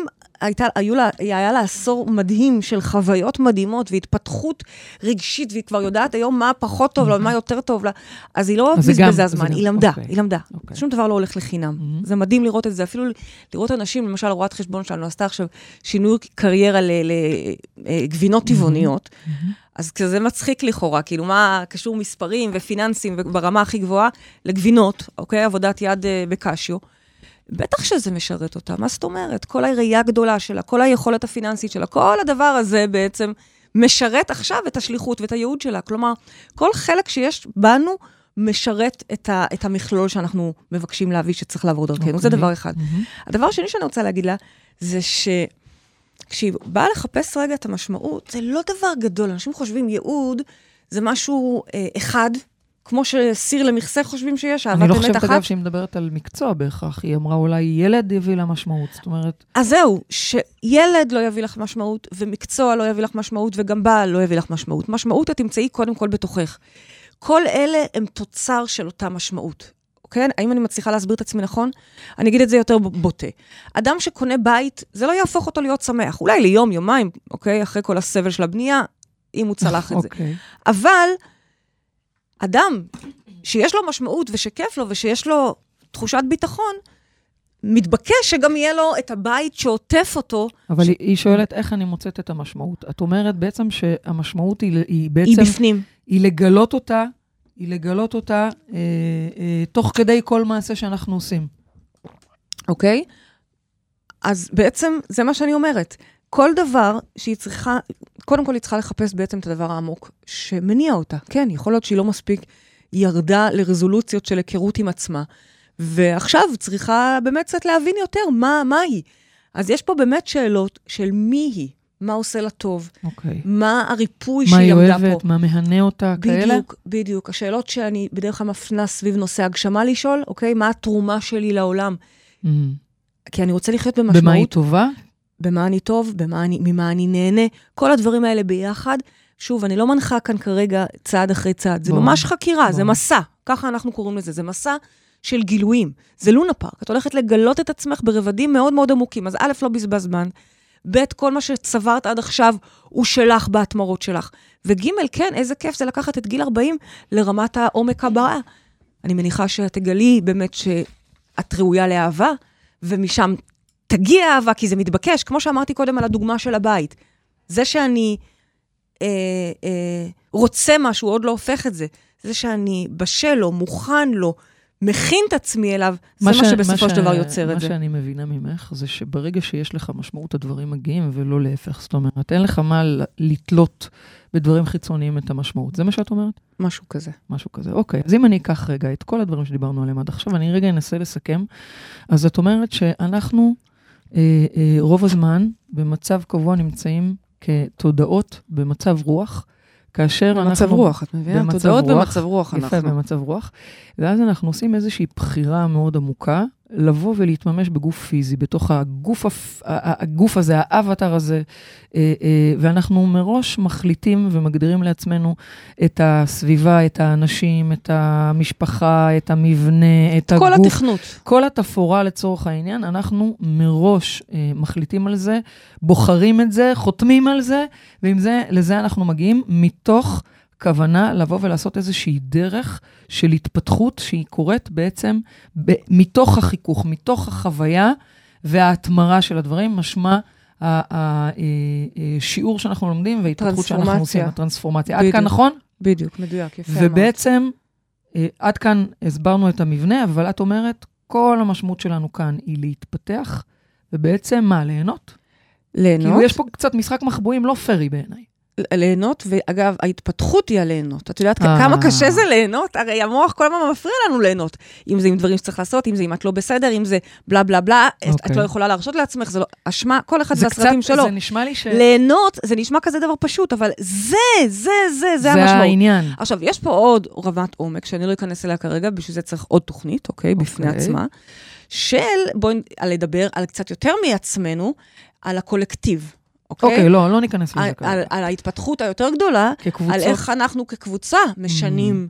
[SPEAKER 4] היה לה עשור מדהים של חוויות מדהימות והתפתחות רגשית, והיא כבר יודעת היום מה פחות טוב לה, מה יותר טוב לה, אז היא לא בזבזה זמן, היא למדה. שום דבר לא הולך לחינם. זה מדהים לראות את זה, אפילו לראות אנשים, למשל, רואת חשבון שלנו, עשתה עכשיו שינוי קריירה לגבינות טבעוניות, אז כזה מצחיק לכאורה, כאילו מה קשור מספרים ופיננסים ברמה הכי גבוהה לגבינות, אוקיי? עבודת יד בקשיו. בטח שזה משרת אותה, מה זאת אומרת? כל הראייה הגדולה שלה, כל היכולת הפיננסית שלה, כל הדבר הזה בעצם משרת עכשיו את השליחות ואת הייעוד שלה. כלומר, כל חלק שיש בנו משרת את המכלול שאנחנו מבקשים להביא שצריך לעבור דרכנו. זה דבר אחד. הדבר השני שאני רוצה להגיד לה, זה כשהיא באה לחפש רגע את המשמעות, זה לא דבר גדול. אנשים חושבים ייעוד, זה משהו אחד, כמו שסיר למכסה חושבים שיש, אהבת אמת אחת.
[SPEAKER 3] אני לא חושבת, אגב, שהיא מדברת על מקצוע בהכרח. היא אמרה, אולי ילד יביא לה משמעות. זאת אומרת...
[SPEAKER 4] אז זהו, שילד לא יביא לך משמעות, ומקצוע לא יביא לך משמעות, וגם בעל לא יביא לך משמעות. משמעות את תמצאי קודם כל בתוכך. כל אלה הם תוצר של אותה משמעות. כן? האם אני מצליחה להסביר את עצמי נכון? אני אגיד את זה יותר בוטה. אדם שקונה בית, זה לא יהפוך אותו להיות שמח. אולי ליום, יומיים, אוקיי? אחרי כל הסבל של הבנייה, אם הוא צלח את זה. אבל אדם שיש לו משמעות ושכיף לו ושיש לו תחושת ביטחון, מתבקש שגם יהיה לו את הבית שעוטף אותו.
[SPEAKER 3] אבל היא שואלת איך אני מוצאת את המשמעות. את אומרת בעצם שהמשמעות היא בעצם...
[SPEAKER 4] היא בפנים.
[SPEAKER 3] היא לגלות אותה תוך כדי כל מעשה שאנחנו עושים.
[SPEAKER 4] אוקיי? אז בעצם זה מה שאני אומרת. כל דבר שהיא צריכה, קודם כל היא צריכה לחפש בעצם את הדבר העמוק שמניע אותה. כן, יכול להיות שהיא לא מספיק ירדה לרזולוציות של היכרות עם עצמה, ועכשיו צריכה באמת קצת להבין יותר מה היא. אז יש פה באמת שאלות של מי היא, מה עושה לה טוב, מה הריפוי שהיא למדה פה.
[SPEAKER 3] מה היא אוהבת, מה מהנה אותה, כאלה?
[SPEAKER 4] בדיוק. השאלות שאני בדרך כלל מפנה סביב נושא הגשמה לשאול, אוקיי? מה התרומה שלי לעולם? כי אני רוצה לחיות במשמעות.
[SPEAKER 3] במה היא טובה?
[SPEAKER 4] במה אני טוב, ממה אני נהנה. כל הדברים האלה ביחד. שוב, אני לא מנחה כאן כרגע צעד אחרי צעד. זה ממש חקירה, זה מסע. ככה אנחנו קוראים לזה. זה מסע של גילויים. זה לונה פארק. את הולכת לגלות את עצמך ברבדים מאוד מאוד עמוקים. אז א', לא בזבז זמן. ב', כל מה שצברת עד עכשיו הוא שלך בהתמרות שלך. וג', כן, איזה כיף זה לקחת את גיל 40 לרמת העומק הבאה. אני מניחה שאת תגלי באמת שאת ראויה לאהבה, ומשם תגיע אהבה, כי זה מתבקש, כמו שאמרתי קודם על הדוגמה של הבית. זה שאני רוצה משהו, עוד לא הופך את זה. זה שאני בשל לו, מוכן לו, מכין את עצמי אליו, זה מה שבסופו של דבר יוצר את זה.
[SPEAKER 3] מה שאני מבינה ממך, זה שברגע שיש לך משמעות, הדברים מגיעים, ולא להפך. זאת אומרת, אין לך מה לתלות בדברים חיצוניים את המשמעות. זה מה שאת אומרת?
[SPEAKER 4] משהו כזה.
[SPEAKER 3] משהו כזה, אוקיי. אז אם אני אקח רגע את כל הדברים שדיברנו עליהם עד עכשיו, אני רגע אנסה לסכם. אז את אומרת שאנחנו רוב הזמן במצב קבוע נמצאים כתודעות במצב רוח, כאשר אנחנו...
[SPEAKER 4] במצב רוח, את מבינה? תודעות במצב רוח אנחנו.
[SPEAKER 3] יפה, במצב רוח. ואז אנחנו עושים איזושהי בחירה מאוד עמוקה, לבוא ולהתממש בגוף פיזי, בתוך הגוף הזה, האבטר הזה, ואנחנו מראש מחליטים ומגדירים לעצמנו את הסביבה, את האנשים, את המשפחה, את המבנה, את הגוף.
[SPEAKER 4] כל התכנות.
[SPEAKER 3] כל התפאורה לצורך העניין, אנחנו מראש מחליטים על זה, בוחרים את זה, חותמים על זה, לזה אנחנו מגיעים מתוך כוונה לבוא ולעשות איזושהי דרך של התפתחות שהיא קורית בעצם מתוך החיכוך, מתוך החוויה וההתמרה של הדברים, משמע השיעור שאנחנו לומדים וההתפתחות שאנחנו עושים, הטרנספורמציה. עד כאן נכון?
[SPEAKER 4] בדיוק, מדויק, יפה.
[SPEAKER 3] ובעצם, עד כאן הסברנו את המבנה, אבל את אומרת, כל המשמעות שלנו כאן היא להתפתח, ובעצם מה? ליהנות?
[SPEAKER 4] ליהנות?
[SPEAKER 3] כאילו יש פה קצת משחק מחבואים לא פרי בעיניי.
[SPEAKER 4] ליהנות, ואגב, ההתפתחות היא הליהנות. את יודעת כמה קשה זה ליהנות? הרי המוח כל הזמן מפריע לנו ליהנות. אם זה עם דברים שצריך לעשות, אם זה אם את לא בסדר, אם זה בלה בלה בלה, את לא יכולה להרשות לעצמך, זה לא, אשמה, כל אחד והסרטים שלו.
[SPEAKER 3] זה נשמע לי
[SPEAKER 4] ליהנות, זה נשמע כזה דבר פשוט, אבל זה המשמעות.
[SPEAKER 3] זה העניין.
[SPEAKER 4] עכשיו, יש פה עוד רמת עומק, שאני לא אכנס אליה כרגע, בשביל זה צריך עוד תוכנית, אוקיי, בפני עצמה, בואי לדבר על קצת יותר מעצמנו, על הקולקטיב.
[SPEAKER 3] אוקיי, לא ניכנס לזה כרגע.
[SPEAKER 4] על ההתפתחות היותר גדולה, על איך אנחנו כקבוצה משנים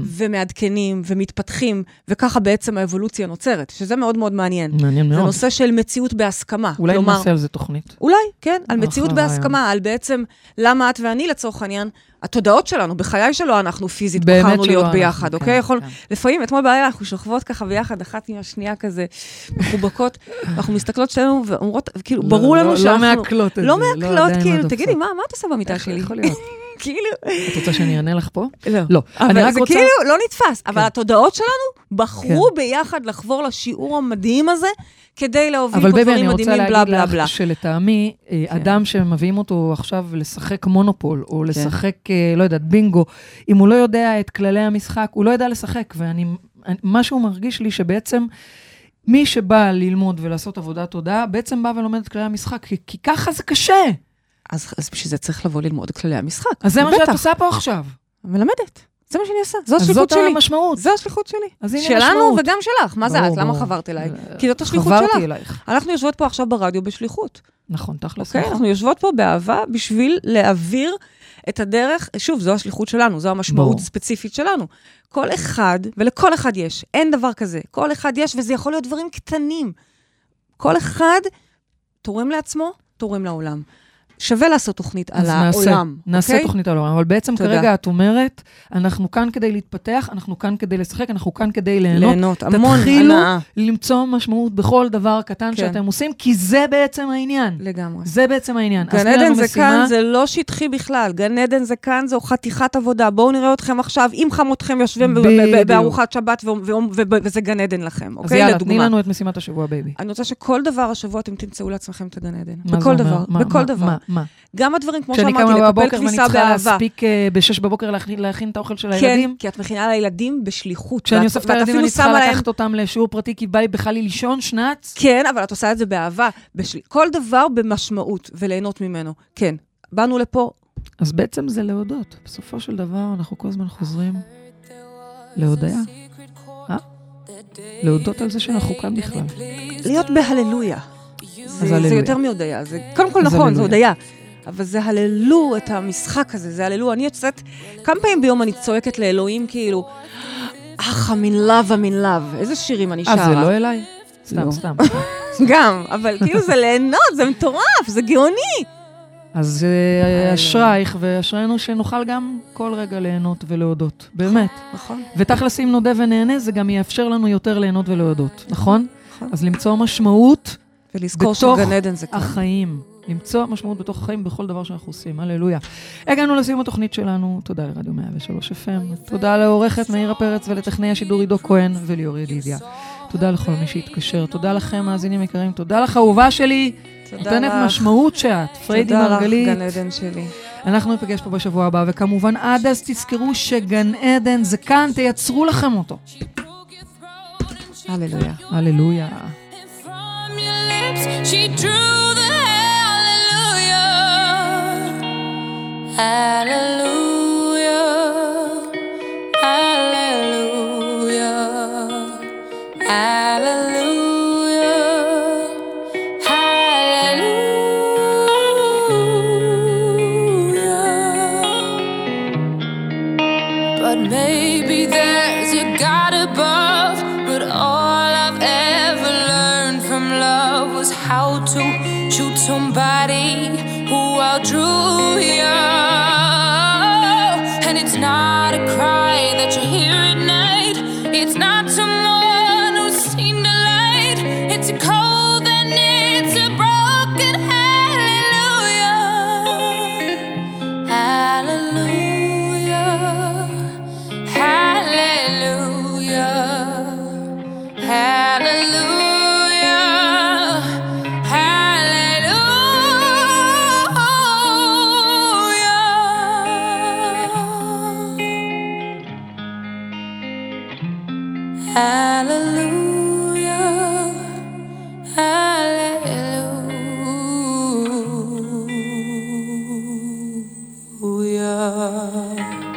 [SPEAKER 4] ומעדכנים ומתפתחים, וככה בעצם האבולוציה נוצרת, שזה מאוד מאוד מעניין.
[SPEAKER 3] מעניין מאוד.
[SPEAKER 4] זה נושא של מציאות בהסכמה.
[SPEAKER 3] אולי נעשה על זה תוכנית.
[SPEAKER 4] אולי, כן, על מציאות בהסכמה, על בעצם למה את ואני לצורך העניין, התודעות שלנו, בחיי שלו אנחנו פיזית בחרנו להיות ביחד, אוקיי? לפעמים, אתמול בעיה, אנחנו שוכבות ככה ביחד, אחת עם השנייה כזה, מחובקות, אנחנו מסתכלות שלנו ואומרות, כאילו, ברור לנו שאנחנו... לא מעקלות, כאילו, תגידי, מה את עושה במיטה שלי?
[SPEAKER 3] יכול להיות.
[SPEAKER 4] כאילו...
[SPEAKER 3] את רוצה שאני אענה לך פה?
[SPEAKER 4] לא. אבל זה כאילו לא נתפס, אבל התודעות שלנו בחרו ביחד לחבור לשיעור המדהים הזה, כדי להוביל פה דברים מדהימים, בלה בלה בלה.
[SPEAKER 3] שלטעמי, אדם שמביאים אותו עכשיו לשחק מונופול, או לשחק, לא יודעת, בינגו, אם הוא לא יודע את כללי המשחק, הוא לא יודע לשחק, ומשהו מרגיש לי שבעצם, מי שבא ללמוד ולעשות עבודת תודעה, בעצם בא ולומד את כללי המשחק, כי ככה זה קשה.
[SPEAKER 4] אז בשביל זה צריך לבוא ללמוד את כללי המשחק.
[SPEAKER 3] אז זה מה שאת עושה פה עכשיו.
[SPEAKER 4] מלמדת. זה מה שאני עושה. זו השליחות שלי.
[SPEAKER 3] זאת המשמעות.
[SPEAKER 4] זו השליחות שלי.
[SPEAKER 3] שלנו
[SPEAKER 4] וגם שלך. מה זה את? למה חברת אליי? כי זאת השליחות שלך.
[SPEAKER 3] חברתי אלייך.
[SPEAKER 4] אנחנו יושבות פה עכשיו ברדיו בשליחות.
[SPEAKER 3] נכון, תכלס.
[SPEAKER 4] אוקיי? אנחנו יושבות פה באהבה בשביל להעביר את הדרך. שוב, זו השליחות שלנו. זו המשמעות ספציפית שלנו. כל אחד, ולכל אחד יש. אין דבר כזה. כל אחד יש, וזה יכול להיות דברים קטנים. כל אחד תורם לעצמו, תורם לעולם. שווה לעשות תוכנית על העולם.
[SPEAKER 3] נעשה תוכנית על העולם, אבל בעצם כרגע את אומרת, אנחנו כאן כדי להתפתח, אנחנו כאן כדי לשחק, אנחנו כאן כדי ליהנות. תתחילו למצוא משמעות בכל דבר קטן שאתם עושים, כי זה בעצם העניין.
[SPEAKER 4] לגמרי.
[SPEAKER 3] זה בעצם העניין.
[SPEAKER 4] גן עדן זה כאן, זה לא שטחי בכלל. גן עדן זה כאן, זו חתיכת עבודה. בואו נראה אתכם עכשיו, עם חמותכם יושבים בארוחת שבת, וזה גן עדן לכם.
[SPEAKER 3] אז יאללה, תני לנו את משימת השבוע, בייבי.
[SPEAKER 4] אני רוצה שכל דבר השבוע אתם תמצאו לעצמכם את הגן עדן. בכל דבר, בכל דבר. גם הדברים, כמו שאמרתי, לקבל כניסה באהבה.
[SPEAKER 3] ואני להספיק ב-6 בבוקר להכין את האוכל של הילדים?
[SPEAKER 4] כן, כי את מכינה לילדים בשליחות.
[SPEAKER 3] כשאני אוספת הילדים, אני צריכה לקחת אותם לשיעור פרטי, כי בא לי בכלל לישון שנץ?
[SPEAKER 4] כן, אבל את עושה את זה באהבה. כל דבר במשמעות, וליהנות ממנו. כן, באנו לפה.
[SPEAKER 3] אז בעצם זה להודות. בסופו של דבר, אנחנו כל הזמן חוזרים להודיה. להודות על זה שאנחנו כאן בכלל.
[SPEAKER 4] להיות בהללויה. זה יותר מהודיה. קודם כל נכון, זה הודיה. אבל זה הללו את המשחק הזה, זה הללו. אני יוצאת, כמה פעמים ביום אני צועקת לאלוהים כאילו, I'm in love, I'm in love. איזה שירים אני שרה?
[SPEAKER 3] זה לא אליי? סתם.
[SPEAKER 4] גם, אבל כאילו זה ליהנות, זה מטורף, זה גאוני.
[SPEAKER 3] אז אשרייך ואשרנו שנוכל גם כל רגע ליהנות ולהודות, באמת.
[SPEAKER 4] נכון.
[SPEAKER 3] ותכלס אם נודה ונהנה, זה גם יאפשר לנו יותר ליהנות ולהודות, נכון? אז למצוא משמעות
[SPEAKER 4] ולזכור שגן עדן זה כאן.
[SPEAKER 3] החיים. למצוא משמעות בתוך החיים בכל דבר שאנחנו עושים. הללויה. הגענו לסיום התוכנית שלנו. תודה לרדיו 103 FM. תודה לעורכת מאירה פרץ ולטכנאי השידור עידו כהן וליאור ידידיה. תודה לכל מי שהתקשר. תודה לכם, מאזינים יקרים. תודה לך, אהובה שלי. נותנת משמעות שאת. פריידי מרגלית.
[SPEAKER 4] תודה לך, גן עדן שלי.
[SPEAKER 3] אנחנו נפגש פה בשבוע הבא, וכמובן עד אז תזכרו שגן עדן זה כאן, תייצרו לכם אותו.
[SPEAKER 4] הללויה.
[SPEAKER 3] הללויה.
[SPEAKER 6] She drew the hallelujah, hallelujah, hallelujah, hallelujah. But maybe there's a God above, but all I've ever learned from love was how to shoot somebody who outdrew you. And it's not a cry that you hear at night. It's not someone who's seen the light. It's a cold and it's a broken hallelujah. Hallelujah. Hallelujah. Hallelujah. Hallelujah, hallelujah.